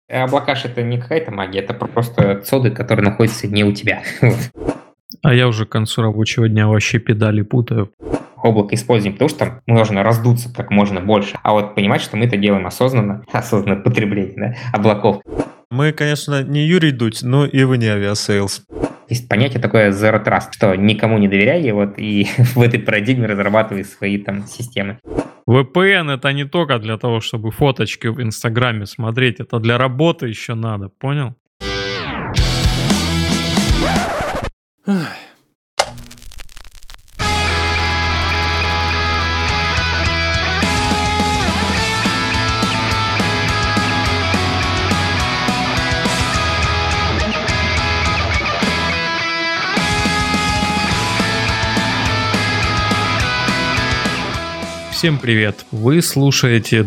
Облака же это не какая-то магия, это просто цоды, которые находятся не у тебя. А я уже к концу рабочего дня вообще педали путаю. Облако используем, потому что там нужно раздуться как можно больше. А вот понимать, что мы это делаем осознанное потребление, да, облаков. Мы, конечно, не Юрий Дудь, но и вы не авиасейлс. Есть понятие такое zero trust, что никому не доверяй, вот, и в этой парадигме разрабатывай свои там системы. VPN это не только для того, чтобы фоточки в Инстаграме смотреть, это для работы еще надо, понял? Всем привет! Вы слушаете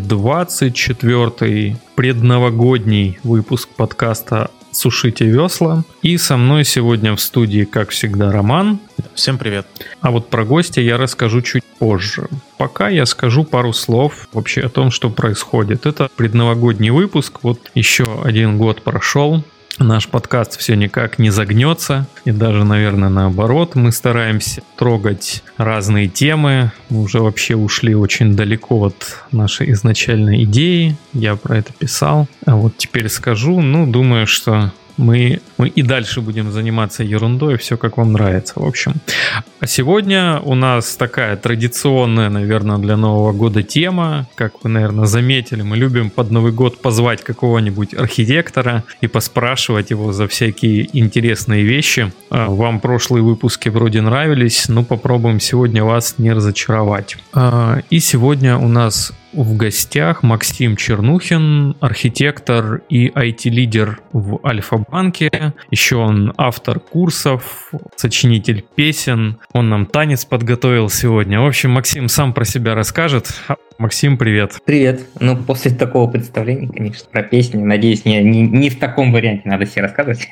24-й предновогодний выпуск подкаста «Сушите весла». И со мной сегодня в студии, как всегда, Роман. Всем привет! А вот про гостя я расскажу чуть позже. Пока я скажу пару слов вообще о том, что происходит. Это предновогодний выпуск. Вот еще один год прошел. Наш подкаст все никак не загнется, и даже, наверное, наоборот, мы стараемся трогать разные темы. Мы уже вообще ушли очень далеко от нашей изначальной идеи, я про это писал. А вот теперь скажу, думаю, что мы и дальше будем заниматься ерундой, все как вам нравится, в общем. А сегодня у нас такая традиционная, наверное, для Нового года тема. Как вы, наверное, заметили, мы любим под Новый год позвать какого-нибудь архитектора и поспрашивать его за всякие интересные вещи. Вам прошлые выпуски вроде нравились, но попробуем сегодня вас не разочаровать. И сегодня у нас в гостях Максим Чернухин, архитектор и IT-лидер в Альфа-банке. Еще он автор курсов, сочинитель песен. Он нам танец подготовил сегодня. В общем, Максим сам про себя расскажет. Максим, привет. Привет. После такого представления, конечно, про песни, надеюсь, не в таком варианте надо себе рассказывать.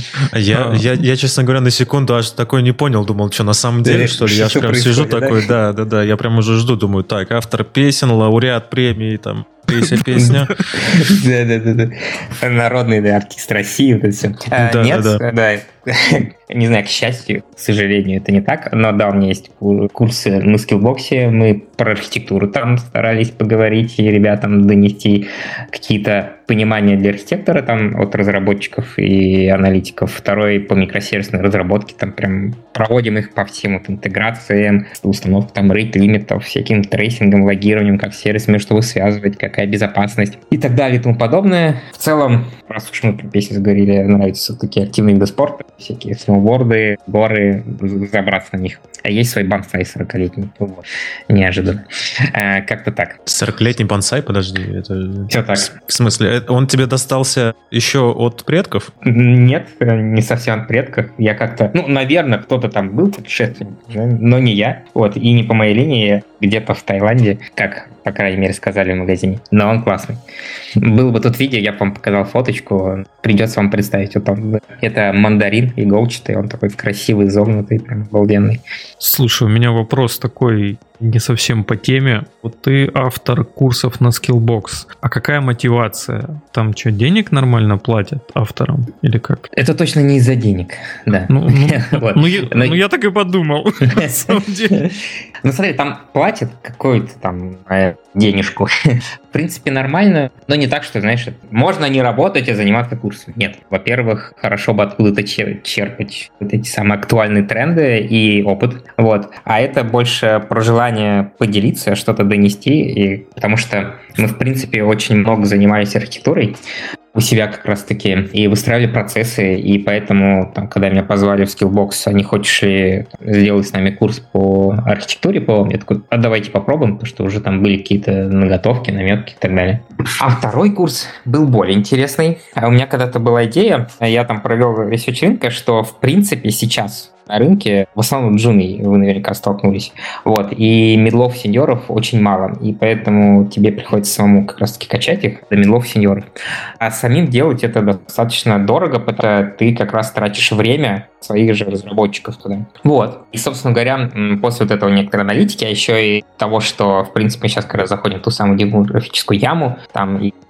Я, честно говоря, на секунду аж такой не понял, думал, что на самом деле, что ли? Я же прям сижу такой, да, я прям уже жду, думаю, так, автор песен, лауреат премии, там, песня. Да. Народный артист России, вот это все. Нет, не знаю, к счастью, к сожалению, это не так, но да, у меня есть курсы на скиллбоксе, мы про архитектуру там старались поговорить и ребятам донести какие-то понимания для архитектора там от разработчиков и аналитиков. Второй по микросервисной разработке, там прям проводим их по всем вот интеграциям, установку там рейт-лимитов, всяким трейсингом, логированием, как сервис между собой связывать, какая безопасность и так далее и тому подобное. В целом, раз уж мы про песни заговорили, нравятся такие активные виды спорта, всякие сноуборды, горы, забраться на них. А есть свой бонсай 40-летний. Вот. Неожиданно. Как-то так. 40-летний бонсай? Подожди. Это... Все так. В смысле, он тебе достался еще от предков? Нет, не совсем от предков. Я как-то... наверное, кто-то там был путешественник, но не я. Вот. И не по моей линии, где-то в Таиланде, как, по крайней мере, сказали в магазине. Но он классный. Было бы тут видео, я бы вам показал фоточку. Придется вам представить. Вот он. Это мандарин иголчатый. Он такой красивый, изогнутый, прям обалденный. Слушай, у меня вопрос такой не совсем по теме. Вот ты автор курсов на Skillbox. А какая мотивация? Там что, денег нормально платят авторам? Или как? Это точно не из-за денег, да. Я так и подумал. Смотри, там платят какую-то там денежку. В принципе, нормально, но не так, что, знаешь, можно не работать и заниматься курсом. Нет. Во-первых, хорошо бы откуда-то черпать вот эти самые актуальные тренды и опыт. Вот. А это больше про желание поделиться, что-то донести, и потому что мы, в принципе, очень много занимались архитектурой у себя как раз-таки и выстраивали процессы, и поэтому, когда меня позвали в Skillbox, они хочешь ли сделать с нами курс по архитектуре, я такой, давайте попробуем, потому что уже там были какие-то наготовки, наметки и так далее. А второй курс был более интересный. У меня когда-то была идея, я там провел research рынка, что, в принципе, сейчас на рынке в основном джуны, вы наверняка столкнулись. Вот. И мидлов сеньоров очень мало. И поэтому тебе приходится самому как раз-таки качать их до мидлов сеньоров. А самим делать это достаточно дорого, потому что ты как раз тратишь время своих же разработчиков туда. Вот. И, собственно говоря, после вот этого некоторой аналитики, а еще и того, что, в принципе, мы сейчас как раз заходим в ту самую демографическую яму, там и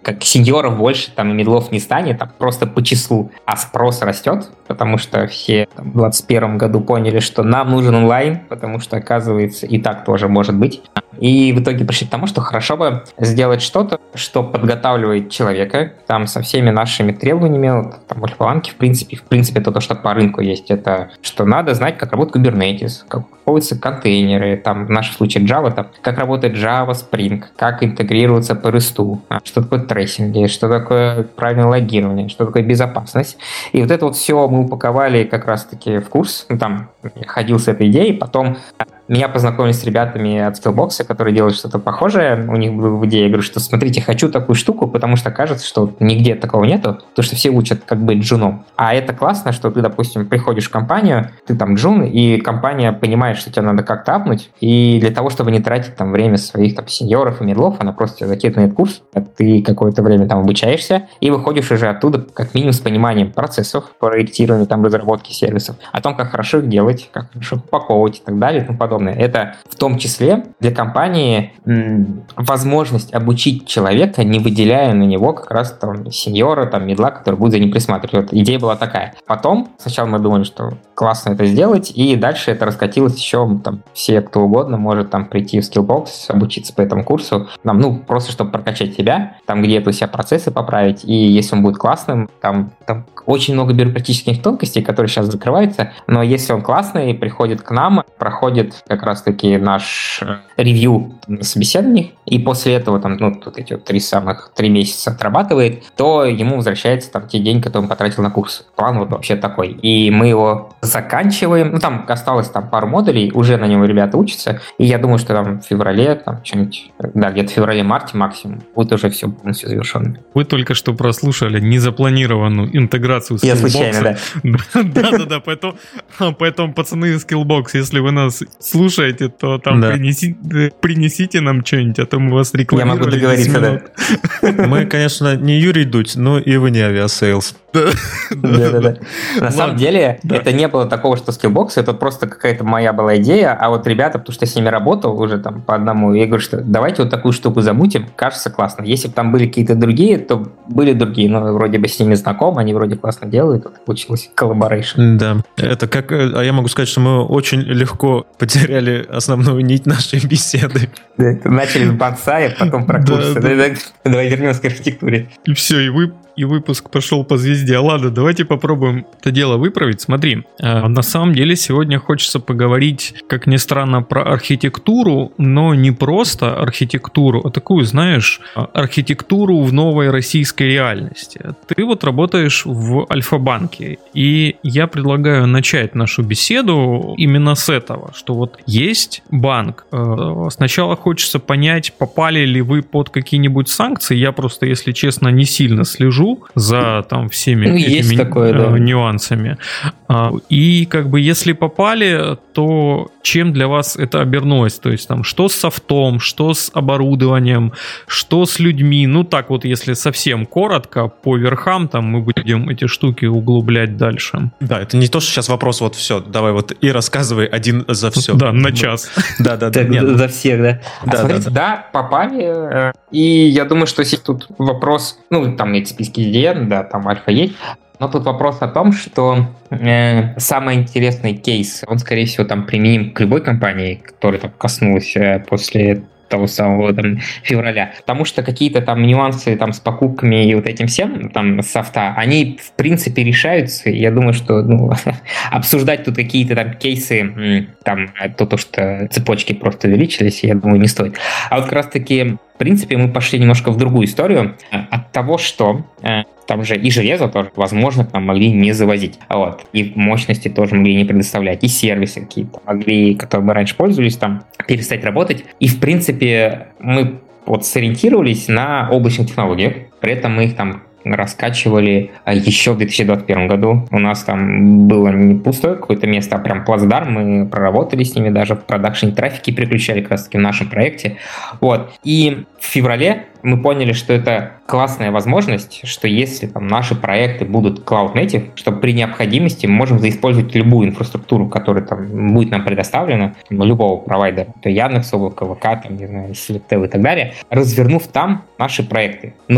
как сеньоров больше, там, и медлов не станет, а просто по числу. А спрос растет, потому что все в 2021 году поняли, что нам нужен онлайн, потому что, оказывается, и так тоже может быть. И в итоге пришли к тому, что хорошо бы сделать что-то, что подготавливает человека там со всеми нашими требованиями. Вот, там в Альфа-банке, в принципе, то, что по рынку есть, это что надо знать, как работает Kubernetes, как упаковываются контейнеры, там в нашем случае Java, там, как работает Java, Spring, как интегрируется по REST, что такое трейсинги, что такое правильное логирование, что такое безопасность. И вот это вот все мы упаковали как раз-таки в курс. Там я ходил с этой идеей, потом меня познакомили с ребятами от Skillbox, которые делают что-то похожее. У них была идея, я говорю, что смотрите, хочу такую штуку, потому что кажется, что нигде такого нету, потому что все учат, как быть джуном. А это классно, что ты, допустим, приходишь в компанию, ты там джун, и компания понимает, что тебе надо как-то апнуть, и для того, чтобы не тратить там время своих там сеньоров и медлов, она просто тебя закидывает на этот курс, ты какое-то время там обучаешься, и выходишь уже оттуда как минимум с пониманием процессов, проектирования, там, разработки сервисов, о том, как хорошо их делать, как хорошо упаковывать и так далее и тому подобное. Это в том числе для компании возможность обучить человека, не выделяя на него как раз там сеньора, там медла, который будет за ним присматривать. Вот идея была такая. Потом, сначала мы думали, что классно это сделать, и дальше это раскатилось еще, там, все, кто угодно может там прийти в Skillbox, обучиться по этому курсу, там, просто чтобы прокачать себя, там где-то у себя процессы поправить, и если он будет классным, там очень много бюрократических тонкостей, которые сейчас закрываются, но если он классный, приходит к нам, проходит как раз-таки наш ревью на собеседованиях, и после этого там, тут эти вот 3 месяца отрабатывает, то ему возвращается там те деньги, которые он потратил на курс. План вот вообще такой. И мы его заканчиваем. Там осталось там пару модулей, уже на него ребята учатся, и я думаю, что там в феврале, там что-нибудь, где-то в феврале-марте максимум, будет уже все полностью завершено. Вы только что прослушали незапланированную интеграцию с Skillbox. Я случайно, да. Поэтому, пацаны из Skillbox, если вы нас слушаете, то там принесите нам что-нибудь, а то мы вас рекламировали. Я могу договориться, да. Мы, конечно, не Юрий Дудь, но и вы не авиасейлс. Да. На самом деле, это не было такого, что Skillbox, это просто какая-то моя была идея, а вот ребята, потому что я с ними работал уже там по одному, я говорю, что давайте вот такую штуку замутим, кажется классно. Если бы там были какие-то другие, то были другие, но вроде бы с ними знакомы, они вроде классно делают, вот получилось collaboration. Да, это как, а я могу сказать, что мы очень легко потеряли основную нить нашей беседы. Начали с бонсая, потом про курсы. Давай вернемся к архитектуре. И все, и выпуск пошел по звезде. Ладно, давайте попробуем это дело выправить. Смотри, на самом деле сегодня хочется поговорить, как ни странно, про архитектуру, но не просто архитектуру, а такую, знаешь, архитектуру в новой российской реальности. Ты вот работаешь в Альфа-банке, и я предлагаю начать нашу беседу именно с этого, что вот есть банк. Сначала хочется понять, попали ли вы под какие-нибудь санкции. Я просто, если честно, не сильно слежу за там всеми этими нюансами. И как бы если попали, то чем для вас это обернулось? То есть там что с софтом, что с оборудованием, что с людьми? Ну так вот, если совсем коротко, по верхам, там мы будем эти штуки углублять дальше. Да, это не то, что сейчас вопрос вот все, давай вот и рассказывай один за все. Да, на час. Да. За всех, да. Смотрите, да, попали, и я думаю, что если тут вопрос, там эти списки сделаны, да, там альфа есть, но тут вопрос о том, что самый интересный кейс, он, скорее всего, там применим к любой компании, которая там коснулась после того самого февраля. Потому что какие-то там нюансы там с покупками и вот этим всем, там софта, они в принципе решаются. Я думаю, что обсуждать тут какие-то там кейсы, там то, что цепочки просто увеличились, я думаю, не стоит. А вот как раз таки в принципе, мы пошли немножко в другую историю от того, что там же и железо тоже, возможно, там могли не завозить. Вот. И мощности тоже могли не предоставлять. И сервисы какие-то могли, которые мы раньше пользовались, там перестать работать. И, в принципе, мы вот сориентировались на облачных технологиях. При этом мы их там раскачивали еще в 2021 году. У нас там было не пустое какое-то место, а прям плацдарм. Мы проработали с ними, даже в продакшене трафики переключали как раз таки в нашем проекте. Вот. И в феврале мы поняли, что это классная возможность, что если там наши проекты будут Cloud Native, что при необходимости мы можем заиспользовать любую инфраструктуру, которая там будет нам предоставлена, любого провайдера, то Яндекс, Облако, ВК, там, не знаю, Selectel и так далее, развернув там наши проекты. Но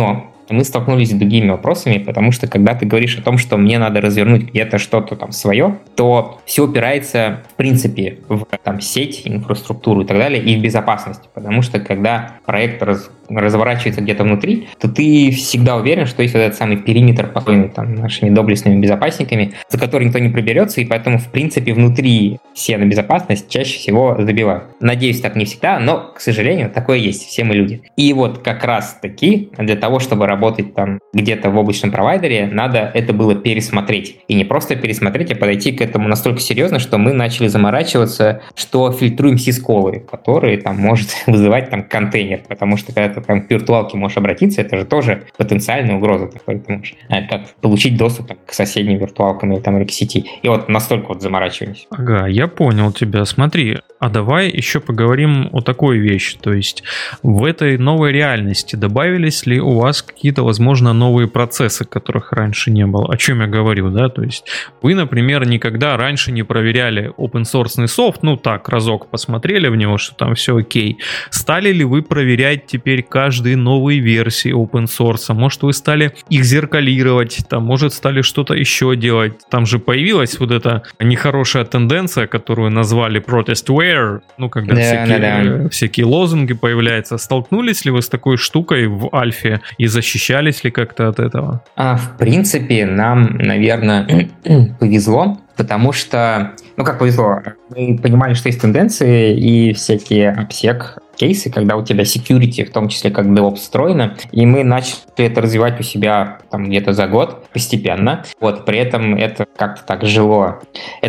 мы столкнулись с другими вопросами, потому что когда ты говоришь о том, что мне надо развернуть где-то что-то там свое, то все упирается, в принципе, в там, сеть, инфраструктуру и так далее, и в безопасность. Потому что когда проект разворачивается где-то внутри, то ты всегда уверен, что есть вот этот самый периметр, построенный там нашими доблестными безопасниками, за который никто не проберется, и поэтому, в принципе, внутри все на безопасность чаще всего забивают. Надеюсь, так не всегда, но, к сожалению, такое есть, все мы люди. И вот как раз-таки для того, чтобы работать там где-то в облачном провайдере, надо это было пересмотреть. И не просто пересмотреть, а подойти к этому настолько серьезно, что мы начали заморачиваться, что фильтруем сисколы, которые там может вызывать там контейнер, потому что когда ты там к виртуалке можешь обратиться, это же тоже потенциальная угроза, такой ты можешь как получить доступ там, к соседним виртуалкам или там к сети. И вот настолько вот заморачивались. Ага, я понял тебя. Смотри, а давай еще поговорим о такой вещи. То есть в этой новой реальности добавились ли у вас какие-то, возможно, новые процессы, которых раньше не было? О чем я говорю, да? То есть вы, например, никогда раньше не проверяли open-source софт, ну так, разок посмотрели в него, что там все окей. Стали ли вы проверять теперь каждые новые версии open-source? Может, вы стали их зеркалировать, там, может, стали что-то еще делать? Там же появилась вот эта нехорошая тенденция, которую назвали protestware, ну, когда всякие лозунги появляются. Столкнулись ли вы с такой штукой в альфе и защищались ли как-то от этого? В принципе, нам, наверное, повезло, потому что, как повезло, мы понимали, что есть тенденции и всякие обсек кейсы, когда у тебя security, в том числе как DevOps встроено, и мы начали это развивать у себя там где-то за год постепенно. Вот, при этом это как-то так жило.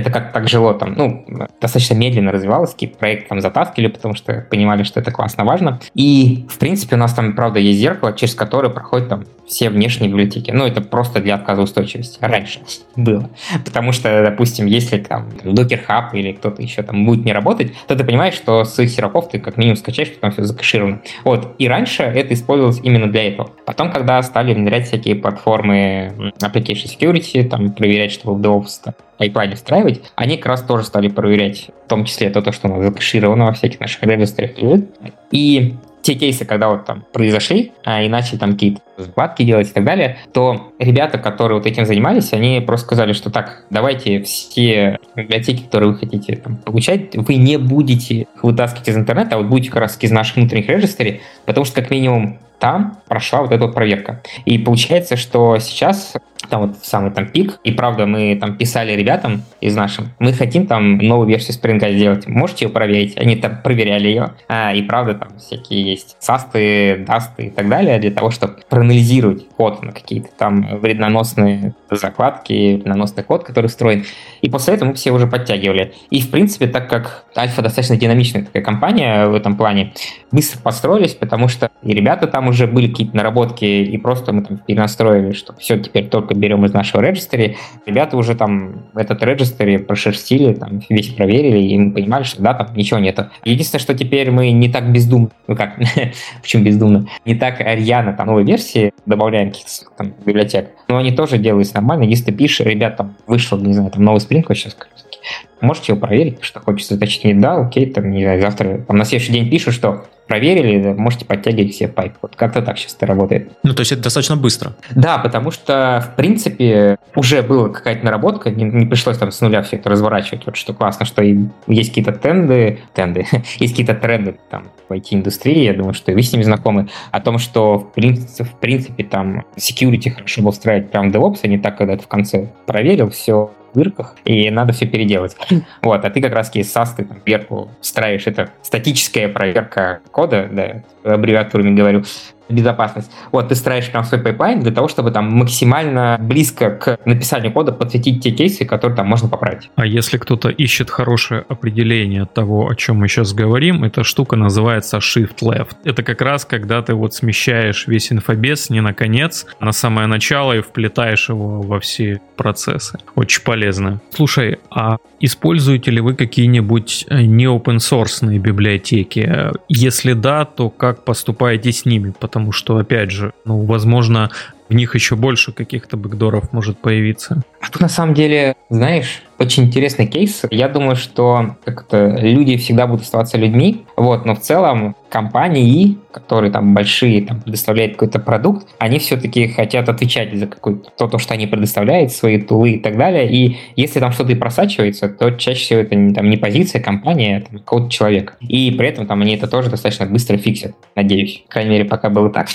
Там, достаточно медленно развивалось, какие-то проекты там затаскивали, потому что понимали, что это классно важно. И, в принципе, у нас там, правда, есть зеркало, через которое проходят там все внешние библиотеки. Это просто для отказоустойчивости. Раньше было. Потому что, допустим, если там Docker Hub или кто-то еще там будет не работать, то ты понимаешь, что с их серваков ты как минимум скачаешь, что там все закэшировано. Вот. И раньше это использовалось именно для этого. Потом, когда стали внедрять всякие платформы Application Security, там, проверять, чтобы в DevOps пайплайне встраивать, они как раз тоже стали проверять, в том числе то, что у нас закэшировано во всяких наших регистрах лежит. И те кейсы, когда вот там произошли, и начали там какие-то закладки делать и так далее, то ребята, которые вот этим занимались, они просто сказали, что так, давайте все библиотеки, которые вы хотите там получать, вы не будете их вытаскивать из интернета, а вот будете как раз из наших внутренних регистров, потому что как минимум там прошла вот эта вот проверка. И получается, что сейчас там вот самый там пик, и правда мы там писали ребятам из наших, мы хотим там новую версию Spring сделать, можете ее проверить? Они там проверяли ее, и правда там всякие есть састы, дасты и так далее, для того, чтобы проанализировать код на какие-то там вредноносные закладки, вредноносный код, который встроен. И после этого мы все уже подтягивали. И в принципе, так как Альфа достаточно динамичная такая компания в этом плане, быстро подстроились, потому что и ребята там уже были какие-то наработки, и просто мы там перенастроили, что все теперь только берем из нашего регистри. Ребята уже там этот регистри прошерстили, там весь проверили, и мы понимали, что да, там ничего нету. Единственное, что теперь мы не так бездумно, почему бездумно, не так рьяно там новые версии добавляем каких-то там библиотек, но они тоже делаются нормально. Если ты пишешь, ребят, там вышел, не знаю, там новый Spring, вот сейчас можете его проверить, что хочется заточить, не да, окей, там, не знаю, завтра, там, на следующий день пишут, что проверили, можете подтягивать все пайпы. Вот как-то так сейчас это работает. То есть это достаточно быстро. Да, потому что, в принципе, уже была какая-то наработка, не пришлось там с нуля все это разворачивать. Вот что классно, что есть какие-то есть какие-то тренды там в IT-индустрии, я думаю, что и вы с ними знакомы, о том, что в принципе там security хорошо было встраивать прямо в DevOps, а не так, когда ты в конце проверил все в дырках, и надо все переделать. Вот, а ты как раз из SAST, там, вверху встраиваешь, это статическая проверка кода, да, аббревиатурами говорю, безопасность. Вот, ты строишь прям свой пайплайн для того, чтобы там максимально близко к написанию кода подсветить те кейсы, которые там можно поправить. А если кто-то ищет хорошее определение того, о чем мы сейчас говорим, эта штука называется Shift Left. Это как раз когда ты вот смещаешь весь инфобес не на конец, а на самое начало и вплетаешь его во все процессы. Очень полезно. Слушай, а используете ли вы какие-нибудь не open-source библиотеки? Если да, то как поступаете с ними? Потому что, опять же, возможно, в них еще больше каких-то бэкдоров может появиться. А тут на самом деле, знаешь, очень интересный кейс. Я думаю, что как-то люди всегда будут оставаться людьми, вот, но в целом компании, которые там большие, там, предоставляют какой-то продукт, они все-таки хотят отвечать за какое-то то, что они предоставляют, свои тулы и так далее. И если там что-то и просачивается, то чаще всего это там не позиция компании, а какого-то человека. И при этом там они это тоже достаточно быстро фиксят, надеюсь. По крайней мере, пока было так.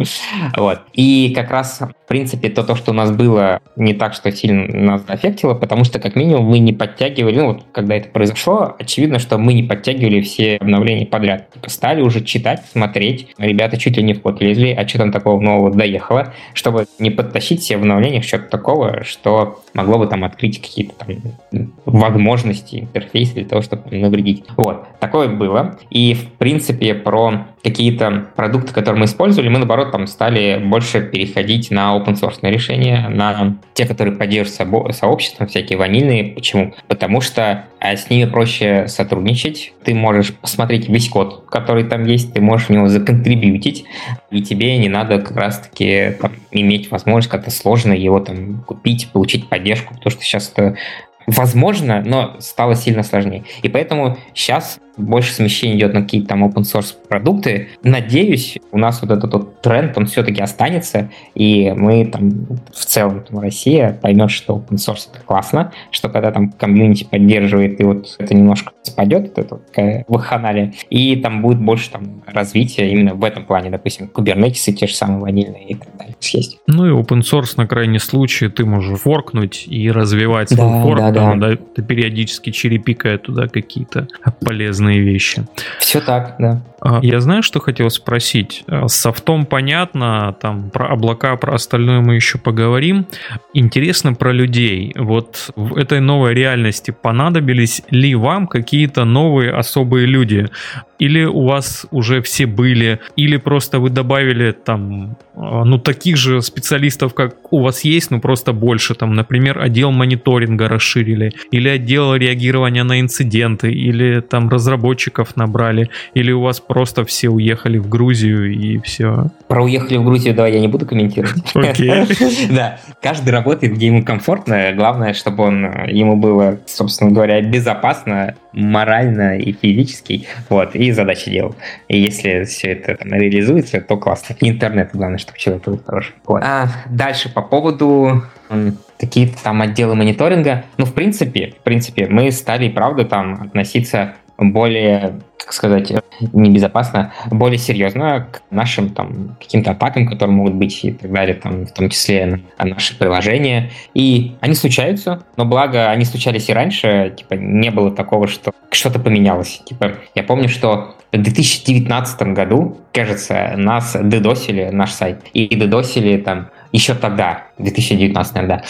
Вот. И как раз, в принципе, то, что у нас было, не так, что сильно нас аффектило, потому что, как минимум, мы не подтягивали, ну, вот, когда это произошло, очевидно, что мы не подтягивали все обновления подряд. Типа, стали уже читать, смотреть. Ребята чуть ли не в код лезли, а что там такого нового доехало, чтобы не подтащить все обновления что-то такого, что могло бы там открыть какие-то там возможности интерфейса для того, чтобы навредить. Вот. Такое было. И, в принципе, про какие-то продукты, которые мы использовали, мы, наоборот, там стали больше переходить на open-source решения, на те, которые поддерживают сообществом, всякие ванильные. Почему? Потому что с ними проще сотрудничать. Ты можешь посмотреть весь код, который там есть, ты можешь в него законтрибьютить, и тебе не надо как раз-таки там иметь возможность как-то сложно его там купить, получить поддержку, потому что сейчас это возможно, но стало сильно сложнее. И поэтому сейчас больше смещения идет на какие-то там open-source продукты. Надеюсь, у нас вот этот вот тренд, он все-таки останется, и мы там в целом там, Россия поймет, что open-source это классно, что когда там комьюнити поддерживает, и вот это немножко спадет, это такая вакханалия, и там будет больше там развития именно в этом плане, допустим, кубернетисы те же самые ванильные и так далее. Есть. Ну и open-source на крайний случай ты можешь форкнуть и развивать свой форк, да, ты периодически черепикая туда какие-то полезные вещи. Все так, да. Я знаю, что хотел спросить. С софтом понятно, там про облака, про остальное мы еще поговорим. Интересно про людей. Вот в этой новой реальности понадобились ли вам какие-то новые особые люди? Или у вас уже все были? Или просто вы добавили там, ну, таких же специалистов, как у вас есть, но просто больше? Там, например, отдел мониторинга расширили, или отдел реагирования на инциденты, или там разработчиков набрали, или у вас просто все уехали в Грузию и все? Про уехали в Грузию, да, я не буду комментировать. Окей. Да, каждый работает, где ему комфортно. Главное, чтобы ему было, собственно говоря, безопасно, морально и физически. Вот, и задачи делал. И если все это там реализуется, то классно. Интернет, главное, чтобы человек был хороший. Вот. А дальше по поводу какие-то там отделы мониторинга. Ну, в принципе, мы стали, правда, там относиться более, как сказать, небезопасно, более серьезно к нашим там каким-то атакам, которые могут быть и так далее, там, в том числе на наши приложения. И они случаются, но благо они случались и раньше, типа не было такого, что что-то поменялось. Типа я помню, что в 2019 году, кажется, нас дедосили, наш сайт, и дедосили там еще тогда, 2019, наверное,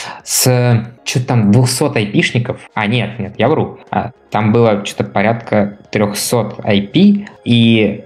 с что-то там 200 айпишников. Нет, я вру. Там было что-то порядка 300 IP и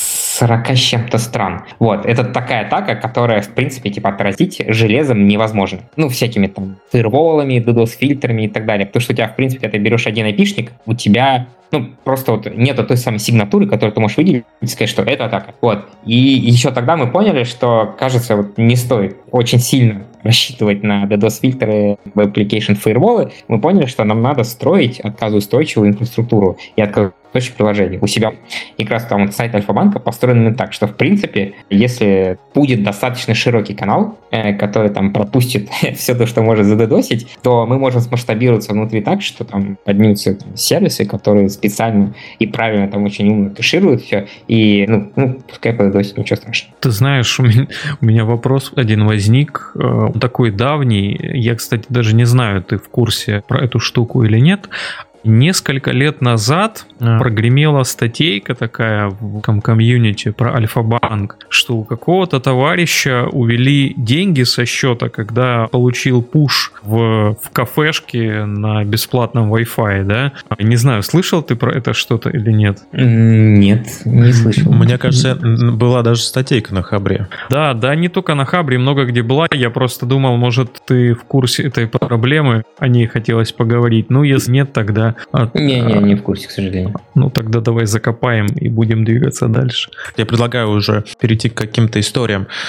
40 с чем-то стран. Вот, это такая атака, которая, в принципе, типа отразить железом невозможно. Ну, всякими там фаерволами, DDoS-фильтрами и так далее. Потому что у тебя, в принципе, когда ты берешь один айпишник, у тебя просто вот нету той самой сигнатуры, которую ты можешь выделить и сказать, что это атака. Вот. И еще тогда мы поняли, что, кажется, вот не стоит очень сильно рассчитывать на DDoS-фильтры, Web-Application Firewall. Мы поняли, что нам надо строить отказоустойчивую инфраструктуру и отказоустойчивое приложение у себя. И как раз там вот сайт Альфа-банка построен именно так, что, в принципе, если будет достаточно широкий канал, который там пропустит все то, что может задедосить, то мы можем смасштабироваться внутри так, что там поднимутся сервисы, которые специально и правильно там очень умно кэшируют все, и, пускай подедосит, ничего страшного. Ты знаешь, у меня вопрос один возник, он такой давний, я, кстати, даже не знаю, ты в курсе про эту штуку или нет. Несколько лет назад прогремела статейка такая в комьюнити про Альфа-банк, что у какого-то товарища увели деньги со счета, когда получил пуш в кафешке на бесплатном Wi-Fi, да? Не знаю, слышал ты про это что-то или нет? Нет, не слышал. Мне кажется, была даже статейка на Хабре. Да, не только на Хабре, много где была. Я просто думал, может, ты в курсе этой проблемы, о ней хотелось поговорить. Ну, если нет, тогда... Не в курсе, к сожалению. Ну, тогда давай закопаем и будем двигаться дальше. Я предлагаю уже перейти к каким-то историям.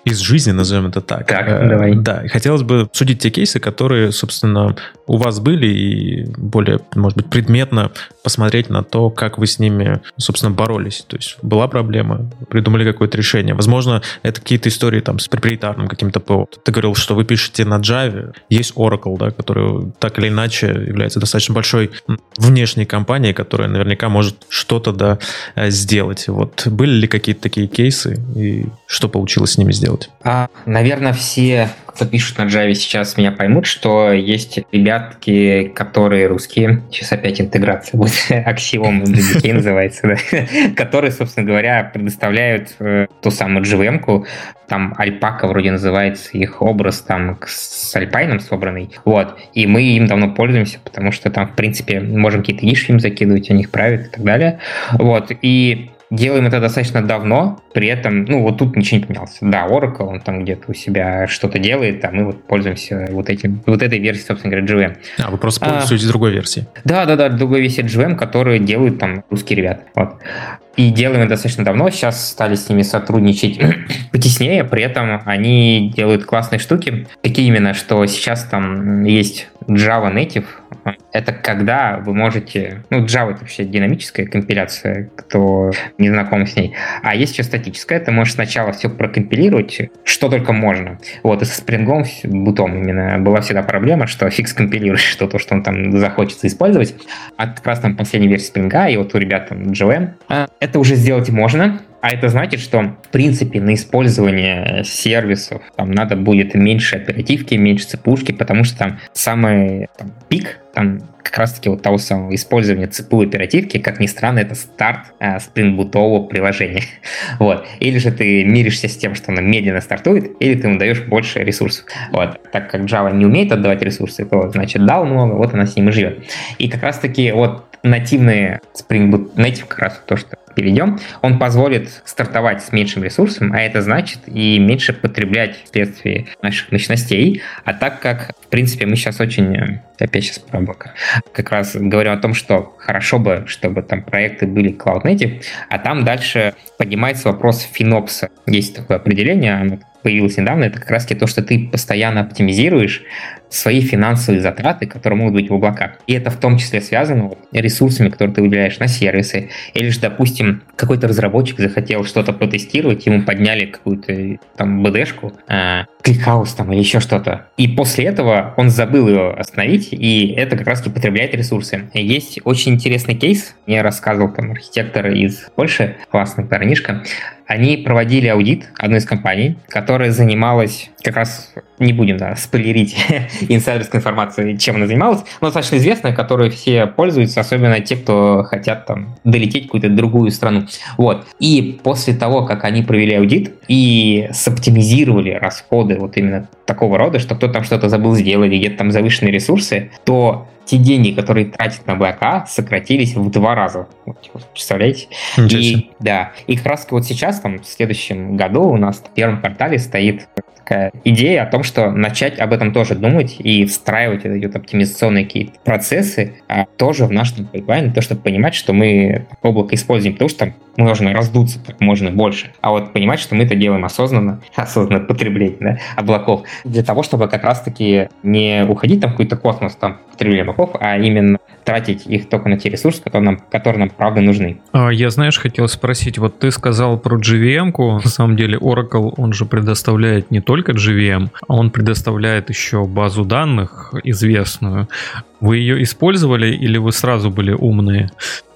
из жизни, назовем это так. Так, давай. Да, хотелось бы обсудить те кейсы, которые, собственно, у вас были, и более, может быть, предметно посмотреть на то, как вы с ними, собственно, боролись. То есть была проблема, придумали какое-то решение. Возможно, это какие-то истории там с проприетарным каким-то ПО. Ты говорил, что вы пишете на Java. Есть Oracle, да, который так или иначе является достаточно большой внешней компанией, которая наверняка может что-то сделать. Вот были ли какие-то такие кейсы, и что получилось с ними сделать? Наверное, все, кто пишет на Java, сейчас меня поймут, что есть ребятки, которые русские. Сейчас опять интеграция будет. Axiom для детей называется, да. Которые, собственно говоря, предоставляют ту самую JVM-ку. Там Альпака вроде называется их образ, там с Альпайном собранный. Вот. И мы им давно пользуемся, потому что там, в принципе, можем какие-то ниши им закидывать, они их правят и так далее. Вот. И делаем это достаточно давно, при этом, вот тут ничего не поменялось. Да, Oracle, он там где-то у себя что-то делает, а мы вот пользуемся вот этой версией, собственно говоря, JVM. Вы просто пользуетесь другой версией? Да, другой версией JVM, которую делают там русские ребята. Вот. И делаем это достаточно давно, сейчас стали с ними сотрудничать потеснее, при этом они делают классные штуки. Какие именно, что сейчас там есть Java Native, это когда вы можете... Java — это вообще динамическая компиляция, кто не знаком с ней. А есть еще статическая, ты можешь сначала все прокомпилировать, что только можно. Вот, и со Spring бутом именно была всегда проблема, что фиг скомпилируешь что-то, что он там захочется использовать. А как раз там последняя версия Spring, и вот у ребят там JVM, это уже сделать можно. А это значит, что, в принципе, на использование сервисов там надо будет меньше оперативки, меньше цепушки, потому что там самый пик, там как раз-таки вот того самого использования ЦПУ оперативки, как ни странно, это старт спрингбутового приложения. Вот. Или же ты миришься с тем, что оно медленно стартует, или ты ему даешь больше ресурсов. Вот. Так как Java не умеет отдавать ресурсы, то, значит, дал много, вот она с ним и живет. И как раз-таки вот нативные Spring Boot Native, как раз то, что перейдем, он позволит стартовать с меньшим ресурсом, а это значит и меньше потреблять вследствие наших мощностей. А так как, в принципе, мы сейчас очень, опять сейчас про облако, как раз говорим о том, что хорошо бы, чтобы там проекты были Cloud Native, а там дальше поднимается вопрос FinOps. Есть такое определение, оно появилось недавно, это как раз то, что ты постоянно оптимизируешь свои финансовые затраты, которые могут быть в облаках. И это в том числе связано ресурсами, которые ты выделяешь на сервисы. Или же, допустим, какой-то разработчик захотел что-то протестировать, ему подняли какую-то там БДшку, кликхаус там или еще что-то. И после этого он забыл ее остановить, и это как раз-таки потребляет ресурсы. Есть очень интересный кейс, мне рассказывал там архитектор из Польши, классный парнишка. Они проводили аудит одной из компаний, которая занималась, как раз не будем спойлерить инсайдерской информации, чем она занималась, но достаточно известная, которой все пользуются, особенно те, кто хотят там долететь в какую-то другую страну. Вот. И после того, как они провели аудит и соптимизировали расходы вот именно такого рода, что кто-то там что-то забыл сделать, где-то там завышенные ресурсы, то те деньги, которые тратят на облака, сократились в 2 раза. Вот, представляете? И как раз вот сейчас, там, в следующем году у нас в первом квартале стоит такая идея о том, что начать об этом тоже думать и встраивать эти вот оптимизационные какие-то процессы тоже в наш пайплайн, то, чтобы понимать, что мы облако используем, потому что мы должны раздуться как можно больше, а вот понимать, что мы это делаем осознанно потребление облаков, для того, чтобы как раз-таки не уходить там в какой-то космос, там, потребление облаков, а именно тратить их только на те ресурсы, которые нам правда нужны. Я, хотел спросить, вот ты сказал про JVM-ку, на самом деле Oracle, он же предоставляет не только JVM, а он предоставляет еще базу данных известную. Вы ее использовали или вы сразу были умные?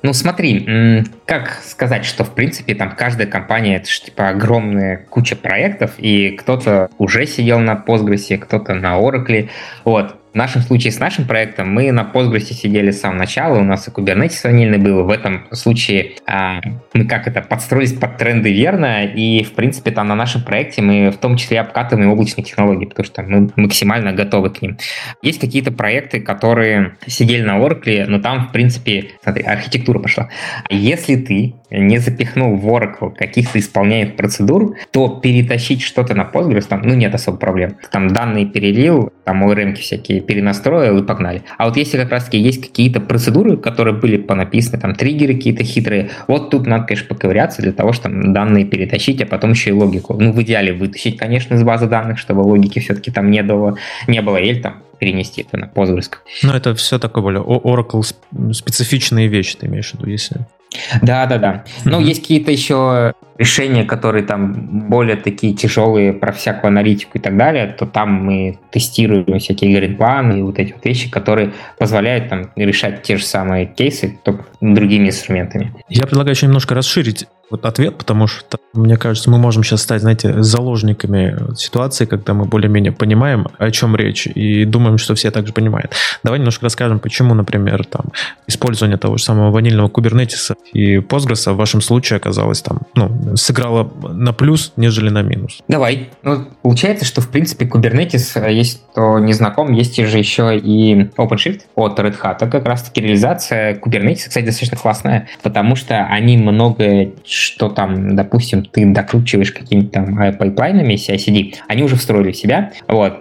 Смотри, как сказать, что в принципе там каждая компания это же типа огромная куча проектов, и кто-то уже сидел на Postgres, кто-то на Oracle. Вот. В нашем случае с нашим проектом мы на Postgres сидели с самого начала, у нас и Kubernetes ванильный был. В этом случае мы подстроились под тренды верно, и в принципе там на нашем проекте мы в том числе обкатываем облачные технологии, потому что мы максимально готовы к ним. Есть какие-то проекты, которые сидели на Oracle, но там в принципе, смотри, архитектура пошла. Если ты не запихнул в Oracle каких-то исполняемых процедур, то перетащить что-то на Postgres, там, нет особо проблем. Там данные перелил, там ORM-ки всякие перенастроил и погнали. А вот если как раз-таки есть какие-то процедуры, которые были понаписаны, там триггеры какие-то хитрые, вот тут надо, конечно, поковыряться для того, чтобы там данные перетащить, а потом еще и логику. В идеале вытащить, конечно, из базы данных, чтобы логики все-таки там не было, или там перенести это на Postgres. Но это все такое более Oracle специфичные вещи, ты имеешь в виду, если... Да. Но есть какие-то еще решения, которые там более такие тяжелые про всякую аналитику и так далее, то там мы тестируем всякие грид-планы и вот эти вот вещи, которые позволяют там решать те же самые кейсы, только другими инструментами. Я предлагаю еще немножко расширить ответ, потому что, мне кажется, мы можем сейчас стать, заложниками ситуации, когда мы более-менее понимаем, о чем речь, и думаем, что все так же понимают. Давай немножко расскажем, почему, например, там, использование того же самого ванильного Kubernetes и Postgres в вашем случае оказалось там, сыграло на плюс, нежели на минус. Давай. Получается, что, в принципе, Kubernetes, если кто не знаком, есть же еще и OpenShift от Red Hat. Как раз-таки реализация Kubernetes, кстати, достаточно классная, потому что они многое, что там, допустим, ты докручиваешь какими-то там пайплайнами CI/CD, они уже встроили в себя,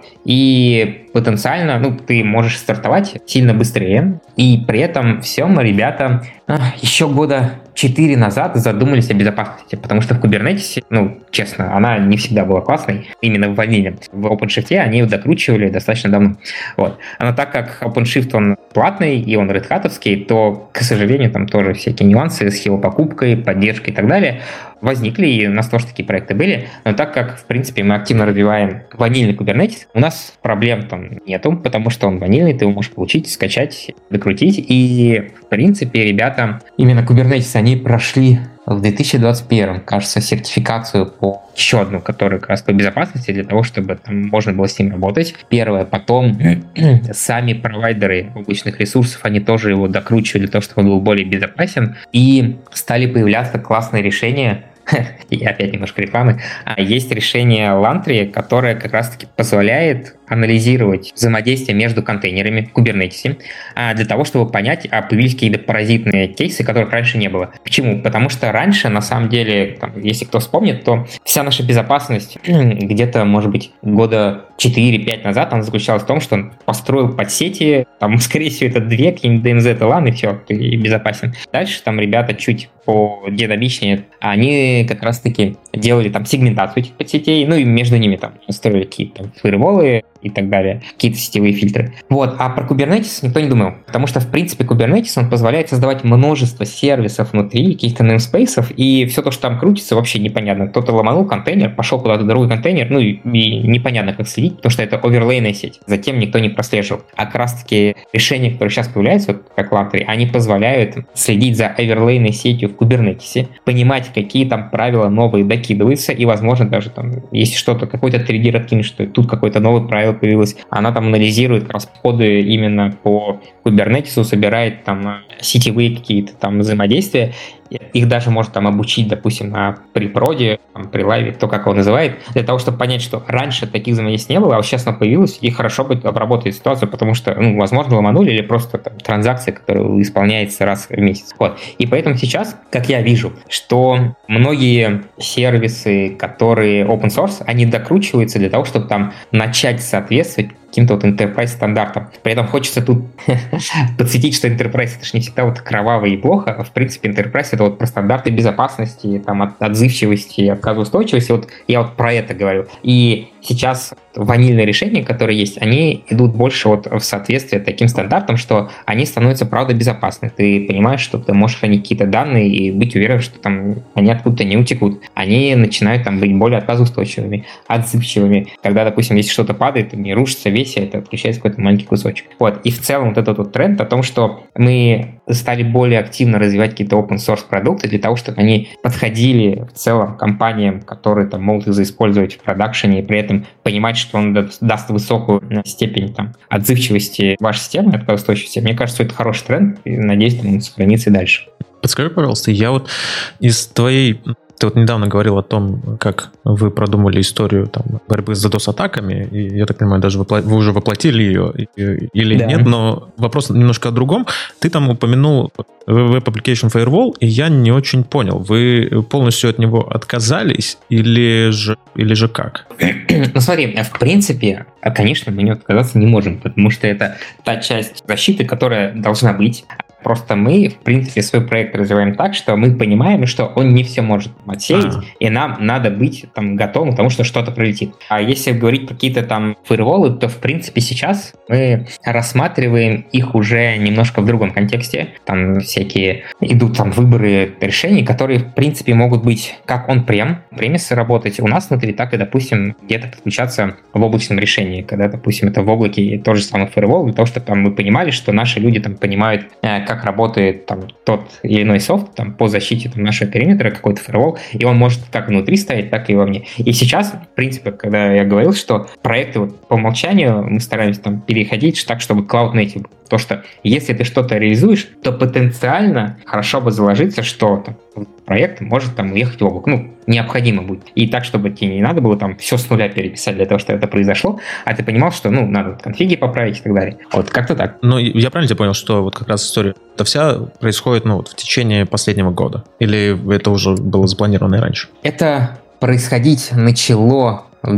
и потенциально, ты можешь стартовать сильно быстрее, и при этом всем ребята еще года 4 назад задумались о безопасности, потому что в Kubernetes, честно, она не всегда была классной, именно в ваниле. В OpenShift они его докручивали достаточно давно. Но так как OpenShift, он платный, и он Red Hat-овский, то, к сожалению, там тоже всякие нюансы с его покупкой, поддержкой и так далее возникли, и у нас тоже такие проекты были. Но так как, в принципе, мы активно развиваем ванильный Kubernetes, у нас проблем там нету, потому что он ванильный, ты его можешь получить, скачать, докрутить. И, в принципе, ребята, именно Kubernetes, они прошли в 2021, кажется, сертификацию по еще одну, которая как раз по безопасности, для того, чтобы там можно было с ним работать. Первое, потом сами провайдеры облачных ресурсов, они тоже его докручивали для того, чтобы он был более безопасен, и стали появляться классные решения. И опять немножко рекламы. Есть решение Lantry, которое как раз-таки позволяет анализировать взаимодействие между контейнерами в Kubernetes для того, чтобы понять, появились какие-то паразитные кейсы, которых раньше не было. Почему? Потому что раньше, на самом деле, если кто вспомнит, то вся наша безопасность где-то, может быть, года 4-5 назад она заключалась в том, что он построил подсети, там, скорее всего, это 2 какие-нибудь DMZ и LAN, и все, ты безопасен. Дальше там ребята чуть динамичнее, они как раз-таки делали там сегментацию этих подсетей, и между ними там строили какие-то фаерволы и так далее, какие-то сетевые фильтры. А про Kubernetes никто не думал, потому что, в принципе, Kubernetes, он позволяет создавать множество сервисов внутри, каких-то namespace'ов, и все то, что там крутится, вообще непонятно. Кто-то ломанул контейнер, пошел куда-то в другой контейнер, и непонятно, как следить, потому что это оверлейная сеть, затем никто не прослеживал. А как раз-таки решения, которые сейчас появляются, как Lantry, они позволяют следить за оверлейной сетью в Kubernetes, понимать, какие там правила новые докидываются, и, возможно, даже там, если что-то, какой-то триггер откинешь, что тут какое-то новое правило появилось, она там анализирует как раз коды именно по Kubernetes, собирает там сетевые какие-то там взаимодействия, их даже может там обучить, допустим, на припроде, при лайве, кто как его называет, для того, чтобы понять, что раньше таких взаимодействий не было, а вот сейчас оно появилось, и хорошо будет обработать ситуацию, потому что, возможно, ломанули или просто там транзакция, которая исполняется раз в месяц. И поэтому сейчас, как я вижу, что многие сервисы, которые open source, они докручиваются для того, чтобы там начать соответствовать каким-то enterprise стандартам. При этом хочется тут подсветить, что enterprise это же не всегда кроваво и плохо. В принципе, enterprise это про стандарты безопасности, там, отзывчивости, отказоустойчивости. Я про это говорю. И сейчас ванильные решения, которые есть, они идут больше в соответствии таким стандартам, что они становятся, правда, безопасны. Ты понимаешь, что ты можешь хранить какие-то данные и быть уверен, что там они откуда-то не утекут. Они начинают там быть более отказоустойчивыми, отзывчивыми. Когда, допустим, если что-то падает, не рушится весь, а это отключается какой-то маленький кусочек. И в целом этот тренд о том, что мы стали более активно развивать какие-то open source продукты для того, чтобы они подходили в целом компаниям, которые там могут их заиспользовать в продакшене, и при этом понимать, что он даст высокую степень там отзывчивости вашей системы, отказоустойчивости. Мне кажется, это хороший тренд, и надеюсь, он сохранится и дальше. Подскажи, пожалуйста, я из твоей Ты вот недавно говорил о том, как вы продумали историю там, борьбы с DDoS-атаками, и, я так понимаю, даже вы уже воплотили ее или нет, но вопрос немножко о другом. Ты там упомянул Web Application Firewall, и я не очень понял, вы полностью от него отказались или же как? Ну смотри, в принципе, конечно, мы от него отказаться не можем, потому что это та часть защиты, которая должна быть. Просто мы, в принципе, свой проект развиваем так, что мы понимаем, что он не все может отсеять, и нам надо быть там готовым к тому, что что-то пролетит. А если говорить про какие-то там фаерволы, то, в принципе, сейчас мы рассматриваем их уже немножко в другом контексте. Там всякие идут там выборы решений, которые, в принципе, могут быть как он-премис работать у нас внутри, так и, допустим, где-то подключаться в облачном решении, когда, допустим, это в облаке тот же самый фаервол, для того, чтобы там мы понимали, что наши люди там понимают, как работает там тот или иной софт там, по защите там, нашего периметра, какой-то фаервол, и он может как внутри стоять, так и вовне. И сейчас, в принципе, когда я говорил, что проекты вот, по умолчанию мы стараемся там переходить так, чтобы Cloud Native был. То, что если ты что-то реализуешь, то потенциально хорошо бы заложиться, что там, проект может там уехать в облако. Ну, необходимо будет. И так, чтобы тебе не надо было там все с нуля переписать для того, чтобы это произошло, а ты понимал, что, ну, надо конфиги поправить и так далее. Вот как-то так. Ну, я правильно тебя понял, что вот как раз история, это вся происходит, ну, вот в течение последнего года? Или это уже было запланировано и раньше? Это происходить начало в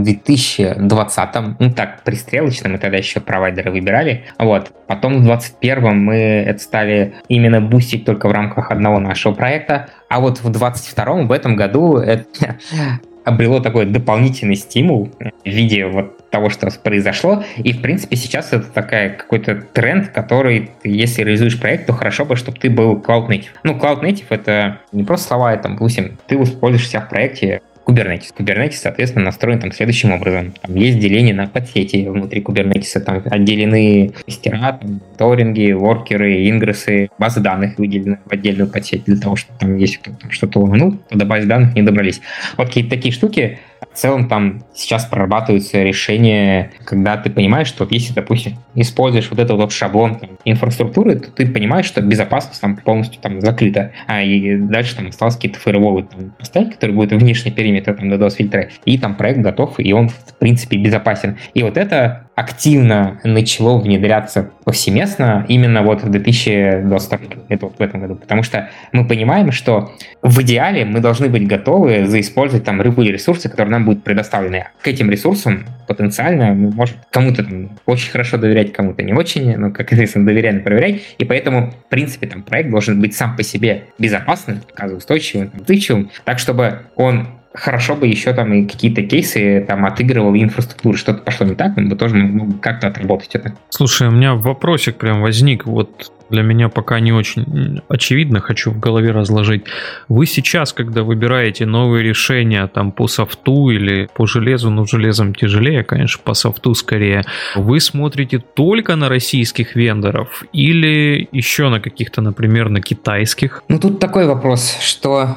2020-м, ну так, пристрелочно, мы тогда еще провайдеры выбирали, вот. Потом в 2021-м мы это стали именно бустить только в рамках одного нашего проекта, а вот в 2022-м, в этом году, это обрело такой дополнительный стимул в виде вот того, что произошло, и, в принципе, сейчас это какой-то тренд, который, если реализуешь проект, то хорошо бы, чтобы ты был Cloud Native. Ну, Cloud Native — это не просто слова, это, допустим, ты используешь себя в проекте Kubernetes. Kubernetes, соответственно, настроен там следующим образом. Там есть деление на подсети внутри Kubernetes, там отделены кластера, торинги, воркеры, ингрессы, базы данных выделены в отдельную подсеть для того, чтобы там, если кто-то там что-то ломанул, то до базы данных не добрались. Вот какие-то такие штуки. В целом там сейчас прорабатываются решения, когда ты понимаешь, что вот если, допустим, используешь вот этот вот шаблон там, инфраструктуры, то ты понимаешь, что безопасность там полностью там закрыта. И дальше там осталось какие-то фаерволы там поставить, которые будут внешний периметр, там, DDoS-фильтры, и там проект готов, и он, в принципе, безопасен. И вот это активно начало внедряться повсеместно именно вот в 2022 году, это вот в этом году, потому что мы понимаем, что в идеале мы должны быть готовы заиспользовать там любые ресурсы, которые нам будут предоставлены. К этим ресурсам потенциально мы можем кому-то там очень хорошо доверять, кому-то не очень, но, как известно, доверяй, но проверяй, и поэтому, в принципе, там проект должен быть сам по себе безопасным, отказоустойчивым, отзывчивым, так, чтобы он хорошо бы еще там и какие-то кейсы там отыгрывал инфраструктуру, что-то пошло не так, мы бы тоже могли как-то отработать это. Слушай, у меня вопросик прям возник, вот для меня пока не очень очевидно, хочу в голове разложить. Вы сейчас, когда выбираете новые решения там по софту или по железу, ну железом тяжелее, конечно, по софту скорее, вы смотрите только на российских вендоров или еще на каких-то, например, на китайских? Ну тут такой вопрос, что